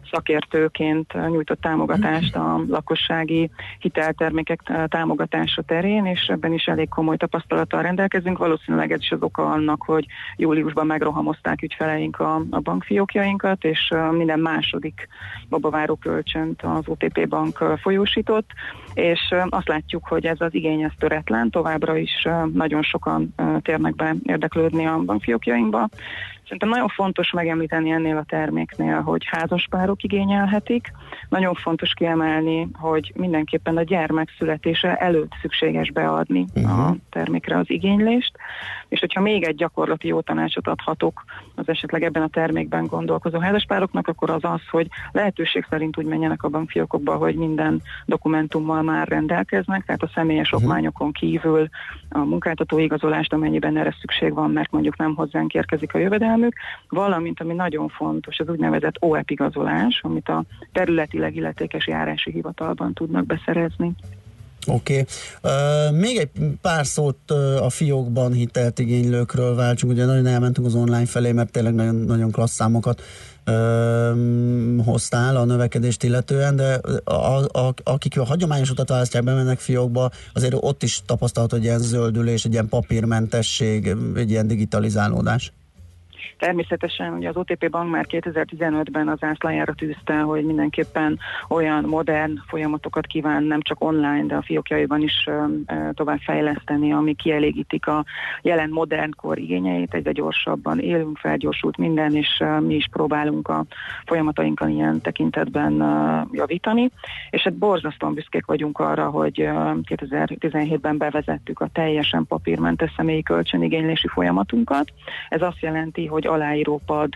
szakértőként nyújtott támogatást a lakossági hiteltermékek támogatása terén, és ebben is elég komoly tapasztalattal rendelkezünk. Valószínűleg ez is az oka annak, hogy júliusban megrohamozták ügyfeleink a, a bankfiókjainkat, és minden második babaváró kölcsönt az o té pé Bank folyósított, és azt látjuk, hogy ez az igény ez töretlen, továbbra is nagyon sokan térnek be érdeklődni a bankfiókjainkba. Szerintem nagyon fontos megemlíteni ennél a terméknél, hogy házaspárok igényelhetik. Nagyon fontos kiemelni, hogy mindenképpen a gyermek születése előtt szükséges beadni uh-huh. a termékre az igénylést. És hogyha még egy gyakorlati jó tanácsot adhatok az esetleg ebben a termékben gondolkozó házaspároknak, akkor az az, hogy lehetőség szerint úgy menjenek a bankfiókokba, hogy minden dokumentummal már rendelkeznek, tehát a személyes uh-huh. okmányokon kívül a munkáltató igazolást, amennyiben erre szükség van, mert mondjuk nem hozzánk érkezik a jövedelmük, valamint, ami nagyon fontos, az úgynevezett o e pé igazolás, amit a területileg illetékes járási hivatalban tudnak beszerezni. Oké. Okay. Uh, még egy pár szót uh, a fiókban hitelt igénylőkről váltsunk. Ugye nagyon elmentünk az online felé, mert tényleg nagyon, nagyon klassz számokat uh, hoztál a növekedést illetően, de a, a, akik a hagyományos utat választják, bemennek fiókba, azért ott is tapasztalható egy ilyen zöldülés, egy ilyen papírmentesség, egy ilyen digitalizálódás. Természetesen ugye az o té pé Bank már kétezer-tizenötben az zászlajára tűzte, hogy mindenképpen olyan modern folyamatokat kíván nem csak online, de a fiókjaiban is uh, tovább fejleszteni, ami kielégítik a jelen modern kor igényeit, egyre gyorsabban élünk, felgyorsult minden, és uh, mi is próbálunk a folyamatainkon ilyen tekintetben uh, javítani. És hát borzasztóan büszkék vagyunk arra, hogy uh, kétezer-tizenhétben bevezettük a teljesen papírmentes személyi kölcsönigénylési folyamatunkat. Ez azt jelenti, hogy aláírópad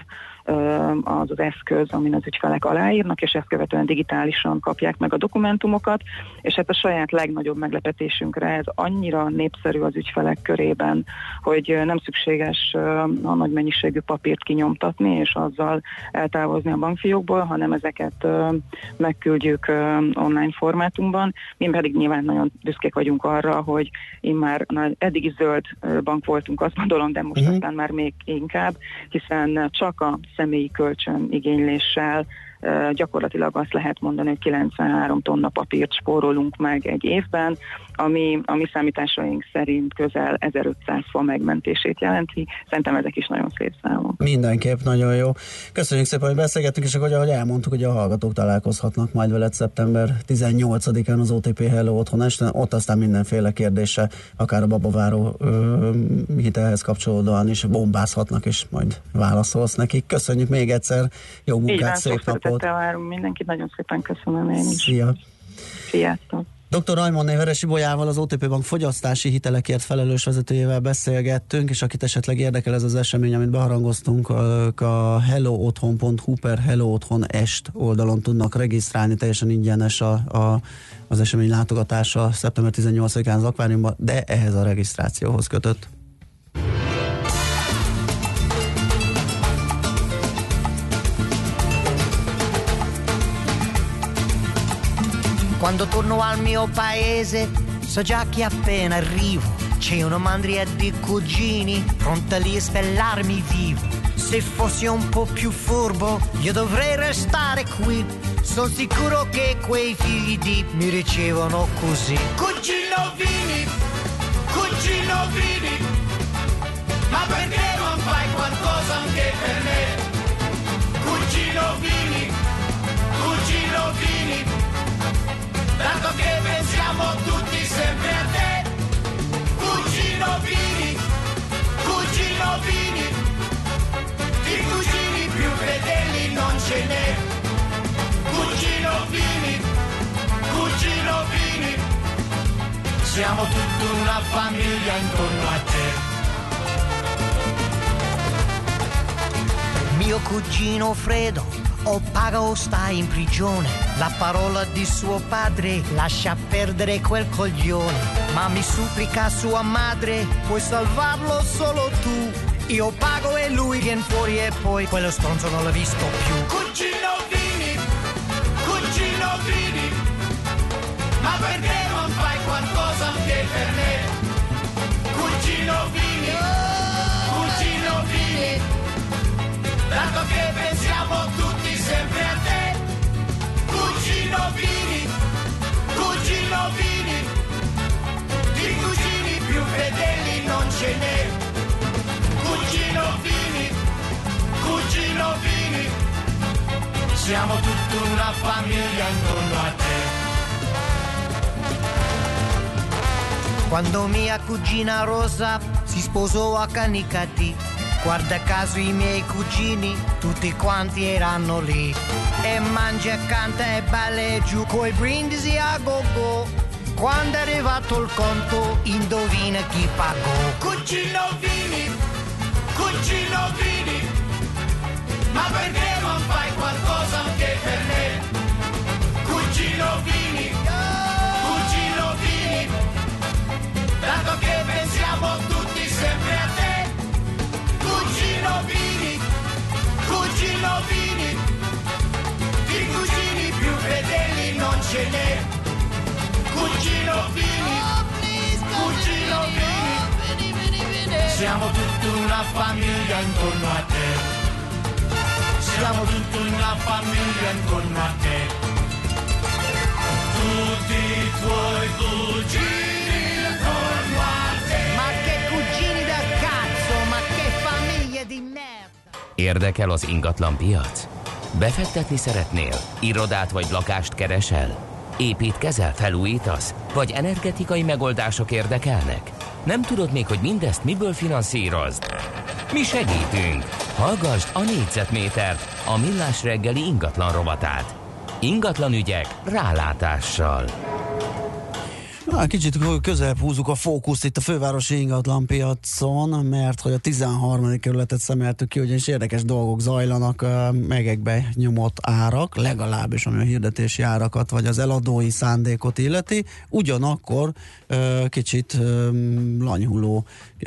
az az eszköz, amin az ügyfelek aláírnak, és ezt követően digitálisan kapják meg a dokumentumokat, és hát a saját legnagyobb meglepetésünkre ez annyira népszerű az ügyfelek körében, hogy nem szükséges a nagy mennyiségű papírt kinyomtatni, és azzal eltávozni a bankfiókból, hanem ezeket megküldjük online formátumban. Mi pedig nyilván nagyon büszkék vagyunk arra, hogy immár eddig is zöld bank voltunk, azt gondolom, de most uh-huh. aztán már még inkább, hiszen csak a személyi kölcsön igényléssel gyakorlatilag azt lehet mondani, hogy kilencvenhárom tonna papírt spórolunk meg egy évben, ami a mi számításaink szerint közel ezerötszáz fa megmentését jelenti. Szerintem ezek is nagyon szép számok. Mindenképp nagyon jó. Köszönjük szépen, hogy beszélgettünk, és akkor, ahogy elmondtuk, hogy a hallgatók találkozhatnak majd veled szeptember tizennyolcadikán az o té pé Hello Otthon este, ott aztán mindenféle kérdése, akár a babaváró ö, hitelhez kapcsolódóan is bombázhatnak, és majd válaszolsz nekik. Köszönjük még egyszer, jó munkát, szép napot! Várunk mindenkit, nagyon szépen köszönöm én is. Szia! Sziasztok! doktor Rajmondné Veress Ibolyával, az o té pé Bank fogyasztási hitelekért felelős vezetőjével beszélgettünk, és akit esetleg érdekel ez az esemény, amit beharangoztunk, a hello otthon pont hu per hello otthon est oldalon tudnak regisztrálni, teljesen ingyenes a, a, az esemény látogatása szeptember tizennyolcadikán az akváriumban, de ehhez a regisztrációhoz kötött. Quando torno al mio paese so già che appena arrivo c'è una mandria di cugini pronta lì a spellarmi vivo. Se fossi un po' più furbo io dovrei restare qui. Sono sicuro che quei figli di mi ricevono così. Cugino Vini, cugino Vini, ma perché non fai qualcosa anche per me? Cugino Vini, cugino Vini, dato che pensiamo tutti sempre a te. Cugino Vini, cugino Vini, di cugini più fedeli non ce n'è. Cugino Vini, cugino Vini, siamo tutta una famiglia intorno a te. Mio cugino Fredo o paga o sta in prigione. La parola di suo padre lascia perdere quel coglione. Ma mi supplica sua madre, puoi salvarlo solo tu. Io pago e lui viene fuori e poi quello stronzo non l'ho visto più. Cugino Vini, cugino Vini, ma perché non fai qualcosa anche per me? Cugino Vini, cugino Vini, dato che pensiamo tutti sempre a te. ce n'è. Cugino Vini, cugino Vini, siamo tutta una famiglia intorno a te. Quando mia cugina Rosa si sposò a Canicattì, guarda caso i miei cugini tutti quanti erano lì. E mangia, canta e balla e giù coi brindisi a go-go. Quando è arrivato il conto, indovina chi pagò. Cugino Vini, cugino Vini, ma perché non fai qualcosa anche per me? Cugino Vini, cugino Vini, dato che pensiamo tutti sempre a te. Cugino Vini, cugino Vini, di cugini più fedeli non ce n'è. Cugino Vini, cugino Vini, siamo tutta una famiglia intorno a te. Siamo tutta una famiglia intorno a te. Tutti i tuoi cugini intorno a te. Ma che cugini da cazzo, ma che famiglia di merda. Érdekel az ingatlan piac? Befektetni szeretnél? Irodát vagy lakást keresel? Építkezel, felújítasz? Vagy energetikai megoldások érdekelnek? Nem tudod még, hogy mindezt miből finanszírozd? Mi segítünk! Hallgasd a négyzetmétert, a Millás reggeli ingatlan rovatát. Ingatlan ügyek rálátással. Na, kicsit közelebb húzzuk a fókuszt itt a fővárosi ingatlanpiacon, mert hogy a tizenharmadik kerületet szemeltük ki, ugyanis érdekes dolgok zajlanak, megekbe nyomott árak, legalábbis ami a hirdetési árakat, vagy az eladói szándékot illeti, ugyanakkor kicsit lanyhuló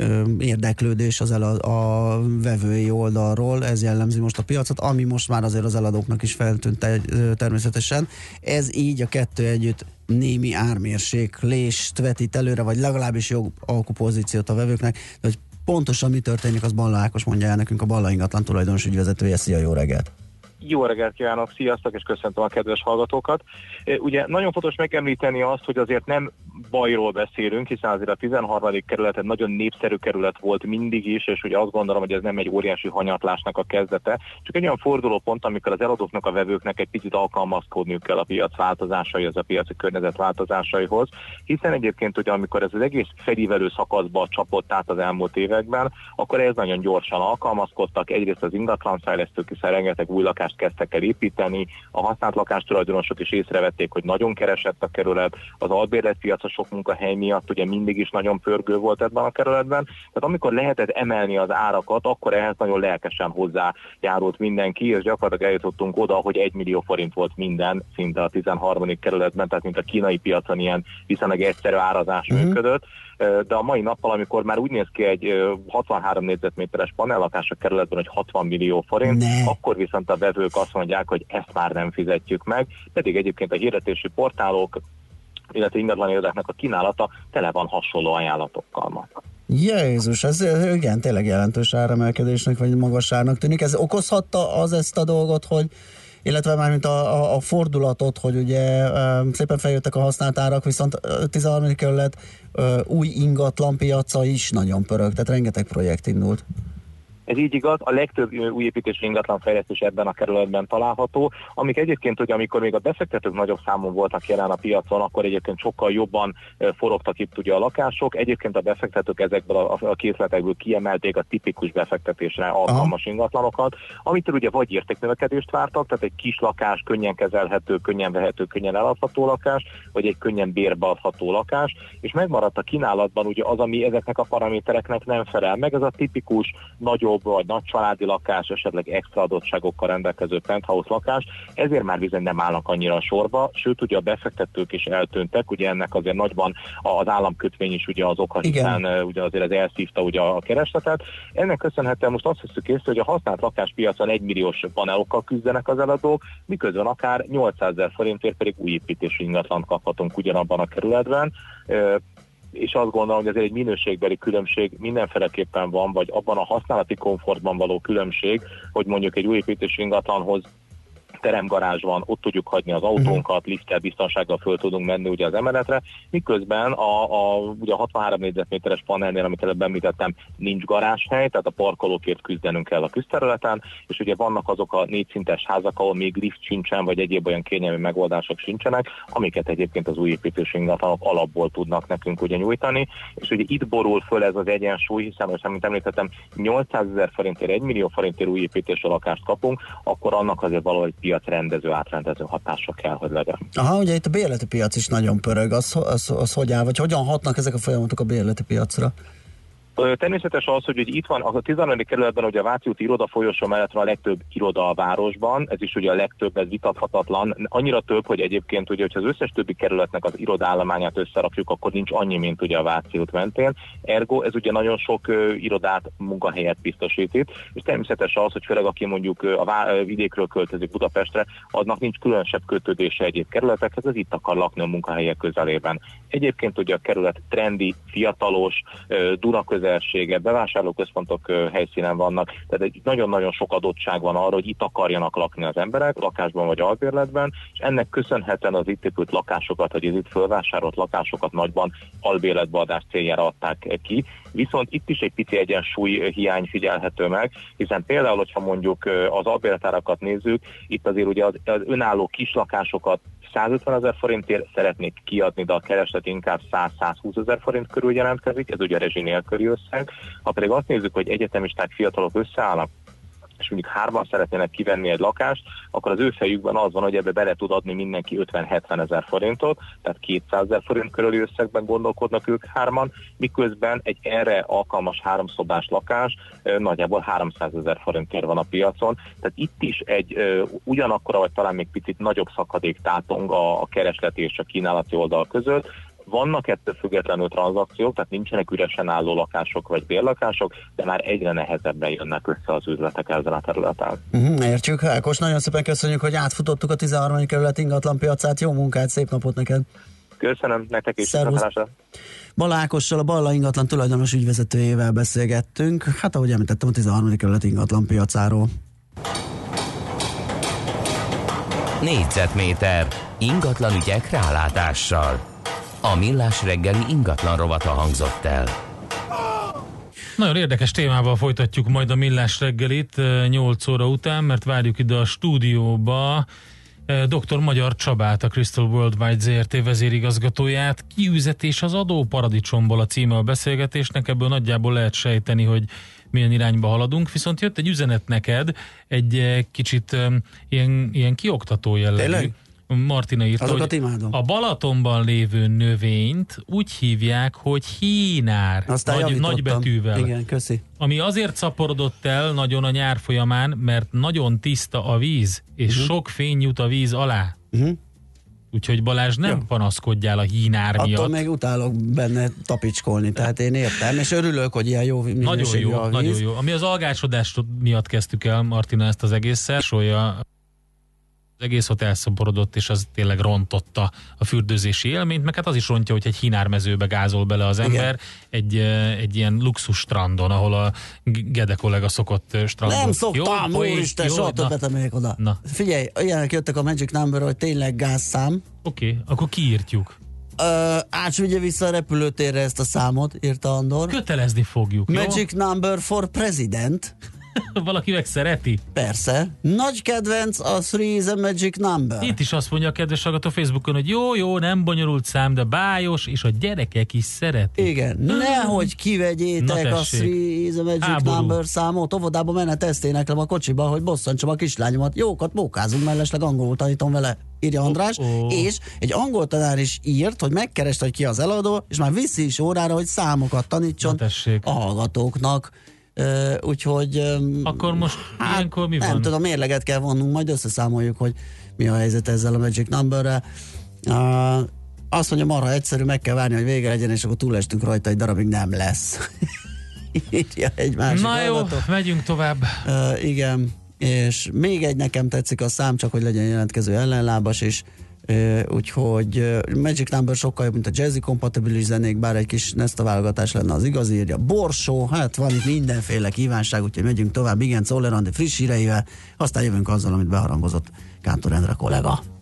érdeklődés az elad, a vevői oldalról, ez jellemzi most a piacot, ami most már azért az eladóknak is feltűnt természetesen. Ez így a kettő együtt némi ármérséklést vetít előre, vagy legalábbis jobb alkupozíciót a vevőknek, de hogy pontosan mi történik, az Balla Ákos mondja el nekünk, a Balla ingatlan tulajdonos ügyvezetője. Szia, jó reggelt! Jó reggelt kívánok, sziasztok, és köszöntöm a kedves hallgatókat. Ugye nagyon fontos megemlíteni azt, hogy azért nem bajról beszélünk, hiszen azért a tizenharmadik kerület egy nagyon népszerű kerület volt mindig is, és ugye azt gondolom, hogy ez nem egy óriási hanyatlásnak a kezdete, csak egy olyan fordulópont, amikor az eladóknak, a vevőknek egy picit alkalmazkodniuk kell a piac változásaihoz, a piaci környezet változásaihoz, hiszen egyébként ugye amikor ez az egész felívelő szakaszba csapott át az elmúlt években, akkor ez nagyon gyorsan alkalmazkodtak, egyrészt az ingatlanfejlesztők, hiszen rengeteg új lakást kezdtek el építeni, a használt lakástulajdonosok is észrevették, hogy nagyon keresett a kerület, az albérletpiac a sok munkahely miatt ugye mindig is nagyon pörgő volt ebben a kerületben, tehát amikor lehetett emelni az árakat, akkor ehhez nagyon lelkesen hozzájárult mindenki, és gyakorlatilag eljutottunk oda, hogy egy millió forint volt minden szinte a tizenharmadik kerületben, tehát mint a kínai piacon ilyen viszonylag egyszerű árazás uh-huh. működött, de a mai nappal, amikor már úgy néz ki egy hatvanhárom négyzetméteres panellakás a kerületben, hogy hatvan millió forint, ne. akkor viszont a vevők azt mondják, hogy ezt már nem fizetjük meg, pedig egyébként a hirdetési portálok, illetve ingatlan irodáknak a kínálata tele van hasonló ajánlatokkal. Jézus, ez igen, tényleg jelentős áremelkedésnek vagy magas árnak tűnik. Ez okozhatta az ezt a dolgot, hogy illetve már mint a, a, a fordulatot, hogy ugye um, szépen feljöttek a használt árak, viszont a tizenharmadik kerület uh, új ingatlan piaca is nagyon pörög, tehát rengeteg projekt indult. Ez így igaz, a legtöbb új építési ingatlan fejlesztés ebben a kerületben található, amik egyébként, hogy amikor még a befektetők nagyobb számon voltak jelen a piacon, akkor egyébként sokkal jobban forogtak itt ugye a lakások. Egyébként a befektetők ezekből a, a készletekből kiemelték a tipikus befektetésre alkalmas Aha. ingatlanokat, amitől ugye vagy értéknövekedést vártak, tehát egy kis lakás, könnyen kezelhető, könnyen vehető, könnyen eladható lakás, vagy egy könnyen bérbe adható lakás, és megmaradt a kínálatban ugye az, ami ezeknek a paramétereknek nem felel meg, ez a tipikus nagyobb vagy nagy családi lakás, esetleg extra adottságokkal rendelkező penthouse lakás, ezért már bizony nem állnak annyira a sorba, sőt ugye a befektetők is eltűntek, ugye ennek azért nagyban az államkötvény is ugye az oka, hiszen ugye azért ez elszívta ugye a keresletet. Ennek köszönhetően most azt hiszük észre, hogy a használt lakáspiacon egymilliós panelokkal küzdenek az eladók, miközben akár nyolcszázezer forintért pedig új építési ingatlant kaphatunk ugyanabban a kerületben. És azt gondolom, hogy ezért egy minőségbeli különbség mindenféleképpen van, vagy abban a használati komfortban való különbség, hogy mondjuk egy új építési ingatlanhoz teremgarázs van, ott tudjuk hagyni az autónkat, lifttel, biztonsággal föl tudunk menni ugye az emeletre, miközben a, a, ugye a hatvanhárom négyzetméteres panelnél, amit előbb említettem, nincs garázshely, tehát a parkolókért küzdenünk kell a közterületen, és ugye vannak azok a négyszintes házak, ahol még lift sincsen, vagy egyéb olyan kényelmi megoldások sincsenek, amiket egyébként az új építésű ingatlanok alapból tudnak nekünk ugye nyújtani, és ugye itt borul föl ez az egyensúly, hiszen, most, amit említettem, nyolcszázezer forintért, egy millió forintért új építésű lakást kapunk, akkor annak azért valahogy piacrendező, átrendező hatása kell, hogy legyen. Aha, ugye itt a bérleti piac is nagyon pörög, az, az, az hogy áll, vagy hogyan hatnak ezek a folyamatok a bérleti piacra? Természetes az, hogy itt van, a tizenharmadik kerületben ugye a Váci úti iroda folyosó mellett van a legtöbb iroda a városban, ez is ugye a legtöbb, ez vitathatatlan, annyira több, hogy egyébként ugye, hogyha az összes többi kerületnek az irodaállományát összerakjuk, akkor nincs annyi, mint ugye a Váci út mentén. Ergo ez ugye nagyon sok uh, irodát, munkahelyet biztosít itt, és természetes az, hogy főleg aki mondjuk uh, a vá- vidékről költözik Budapestre, aznak nincs különösebb kötődése egyéb kerületekhez, az itt akar lakni a munkahelyek közelében. Egyébként ugye a kerület trendi, fiatalos, uh, Duna közelsége, bevásárlóközpontok helyszínen vannak, tehát egy nagyon-nagyon sok adottság van arra, hogy itt akarjanak lakni az emberek, lakásban vagy albérletben, és ennek köszönhetően az itt épült lakásokat, vagy az itt fölvásárolt lakásokat nagyban albérletbeadás céljára adták ki. Viszont itt is egy pici egyensúly hiány figyelhető meg, hiszen például, hogyha mondjuk az albérletárakat nézzük, itt azért ugye az, az önálló kislakásokat százötvenezer forintért szeretnék kiadni, de a kereslet inkább száz-százhúszezer forint körül jelentkezik, ez ugye a rezsi nélküli összeg. Ha pedig azt nézzük, hogy egyetemisták, fiatalok összeállnak, és mondjuk hárman szeretnének kivenni egy lakást, akkor az ő fejükben az van, hogy ebbe bele tud adni mindenki ötven-hetven ezer forintot, tehát kétszázezer forint körüli összegben gondolkodnak ők hárman, miközben egy erre alkalmas háromszobás lakás nagyjából háromszázezer forintért van a piacon. Tehát itt is egy ugyanakkora, vagy talán még picit nagyobb szakadék tátong a, a keresleti és a kínálati oldal között. Vannak ettől függetlenül tranzakciók, tehát nincsenek üresen álló lakások vagy bérlakások, de már egyre nehezebben jönnek össze az üzletek ezen a területen. Uh-huh, értjük. Ákos, nagyon szépen köszönjük, hogy átfutottuk a tizenharmadik kerület ingatlan piacát. Jó munkát, szép napot neked! Köszönöm, nektek is. Szervusz! Balla Ákossal, a Balla ingatlan tulajdonos ügyvezetőjével beszélgettünk. Hát ahogy említettem, a tizenharmadik kerület ingatlan piacáról. Négyzetméter ingatlan ügyek rálátással. A Millás reggeli ingatlan rovata hangzott el. Nagyon érdekes témával folytatjuk majd a Millás reggelit nyolc óra után, mert várjuk ide a stúdióba dr. Magyar Csabát, a Crystal Worldwide zé er té vezérigazgatóját. Kiüzetés az adóparadicsomból a címe a beszélgetésnek, ebből nagyjából lehet sejteni, hogy milyen irányba haladunk, viszont jött egy üzenet neked, egy kicsit ilyen, ilyen kioktató jellegű. Tényleg? Martina írta, azokat hogy imádom. A Balatonban lévő növényt úgy hívják, hogy hínár, nagy, nagybetűvel. Igen, köszi. Ami azért szaporodott el nagyon a nyár folyamán, mert nagyon tiszta a víz, és uh-huh. sok fény jut a víz alá. Uh-huh. Úgyhogy Balázs, nem ja. panaszkodjál a hínár attól miatt. Attól még utálok benne tapicskolni, tehát én értem, és örülök, hogy ilyen jó nagyon jó, a víz. Nagyon jó. Ami az algásodás miatt kezdtük el, Martina, ezt az egészet, solja az egész ott elszaporodott, és az tényleg rontotta a fürdőzési élményt, meg hát az is rontja, hogy egy hinármezőbe gázol bele az ember, egy, egy ilyen luxus strandon, ahol a Gede kollega szokott strandon. Nem szoktam, úristen, soha többet nem megyek oda. Na. Figyelj, ilyenek jöttek a Magic Number, hogy tényleg gázszám. Oké, okay, akkor kiírtjuk. Uh, átsvigye vissza a repülőtérre ezt a számot, írta Andor. Kötelezni fogjuk, Magic jó? Number for President. Valaki meg szereti? Persze. Nagy kedvenc a Three is a Magic Number. Itt is azt mondja a kedves hallgató Facebookon, hogy jó, jó, nem bonyolult szám, de bájos, és a gyerekek is szeretik. Igen, nehogy kivegyétek a Three is a Magic Háború. Number számot, óvodába menet ezt éneklem a kocsiba, hogy bosszantsam a kislányomat. Jókat mókázunk, mellesleg angolul tanítom vele, írja András, oh, oh. és egy angol tanár is írt, hogy megkereste, hogy ki az eladó, és már viszi is órára, hogy számokat tanítson a hallgatóknak. Uh, úgyhogy um, akkor most hát, ilyenkor mi nem van? tudom, mérleget kell vonnunk, majd összeszámoljuk, hogy mi a helyzet ezzel a Magic Numberrel. Uh, azt mondja, marha egyszerű, meg kell várni, hogy vége legyen, és akkor túlestünk rajta, egy darabig nem lesz. Írja egy másik Na jó, hallgató. megyünk tovább. Uh, igen, és még egy nekem tetszik a szám, csak hogy legyen jelentkező ellenlábas is. Uh, úgyhogy uh, Magic Number sokkal jobb, mint a jazzy kompatibilis zenék, bár egy kis Nesta válogatás lenne az igazi, írja Borsó, hát van itt mindenféle kívánság, úgyhogy megyünk tovább, igen, Czoller Andi friss híreivel, aztán jövünk azzal, amit beharangozott Kántor Endre kollega.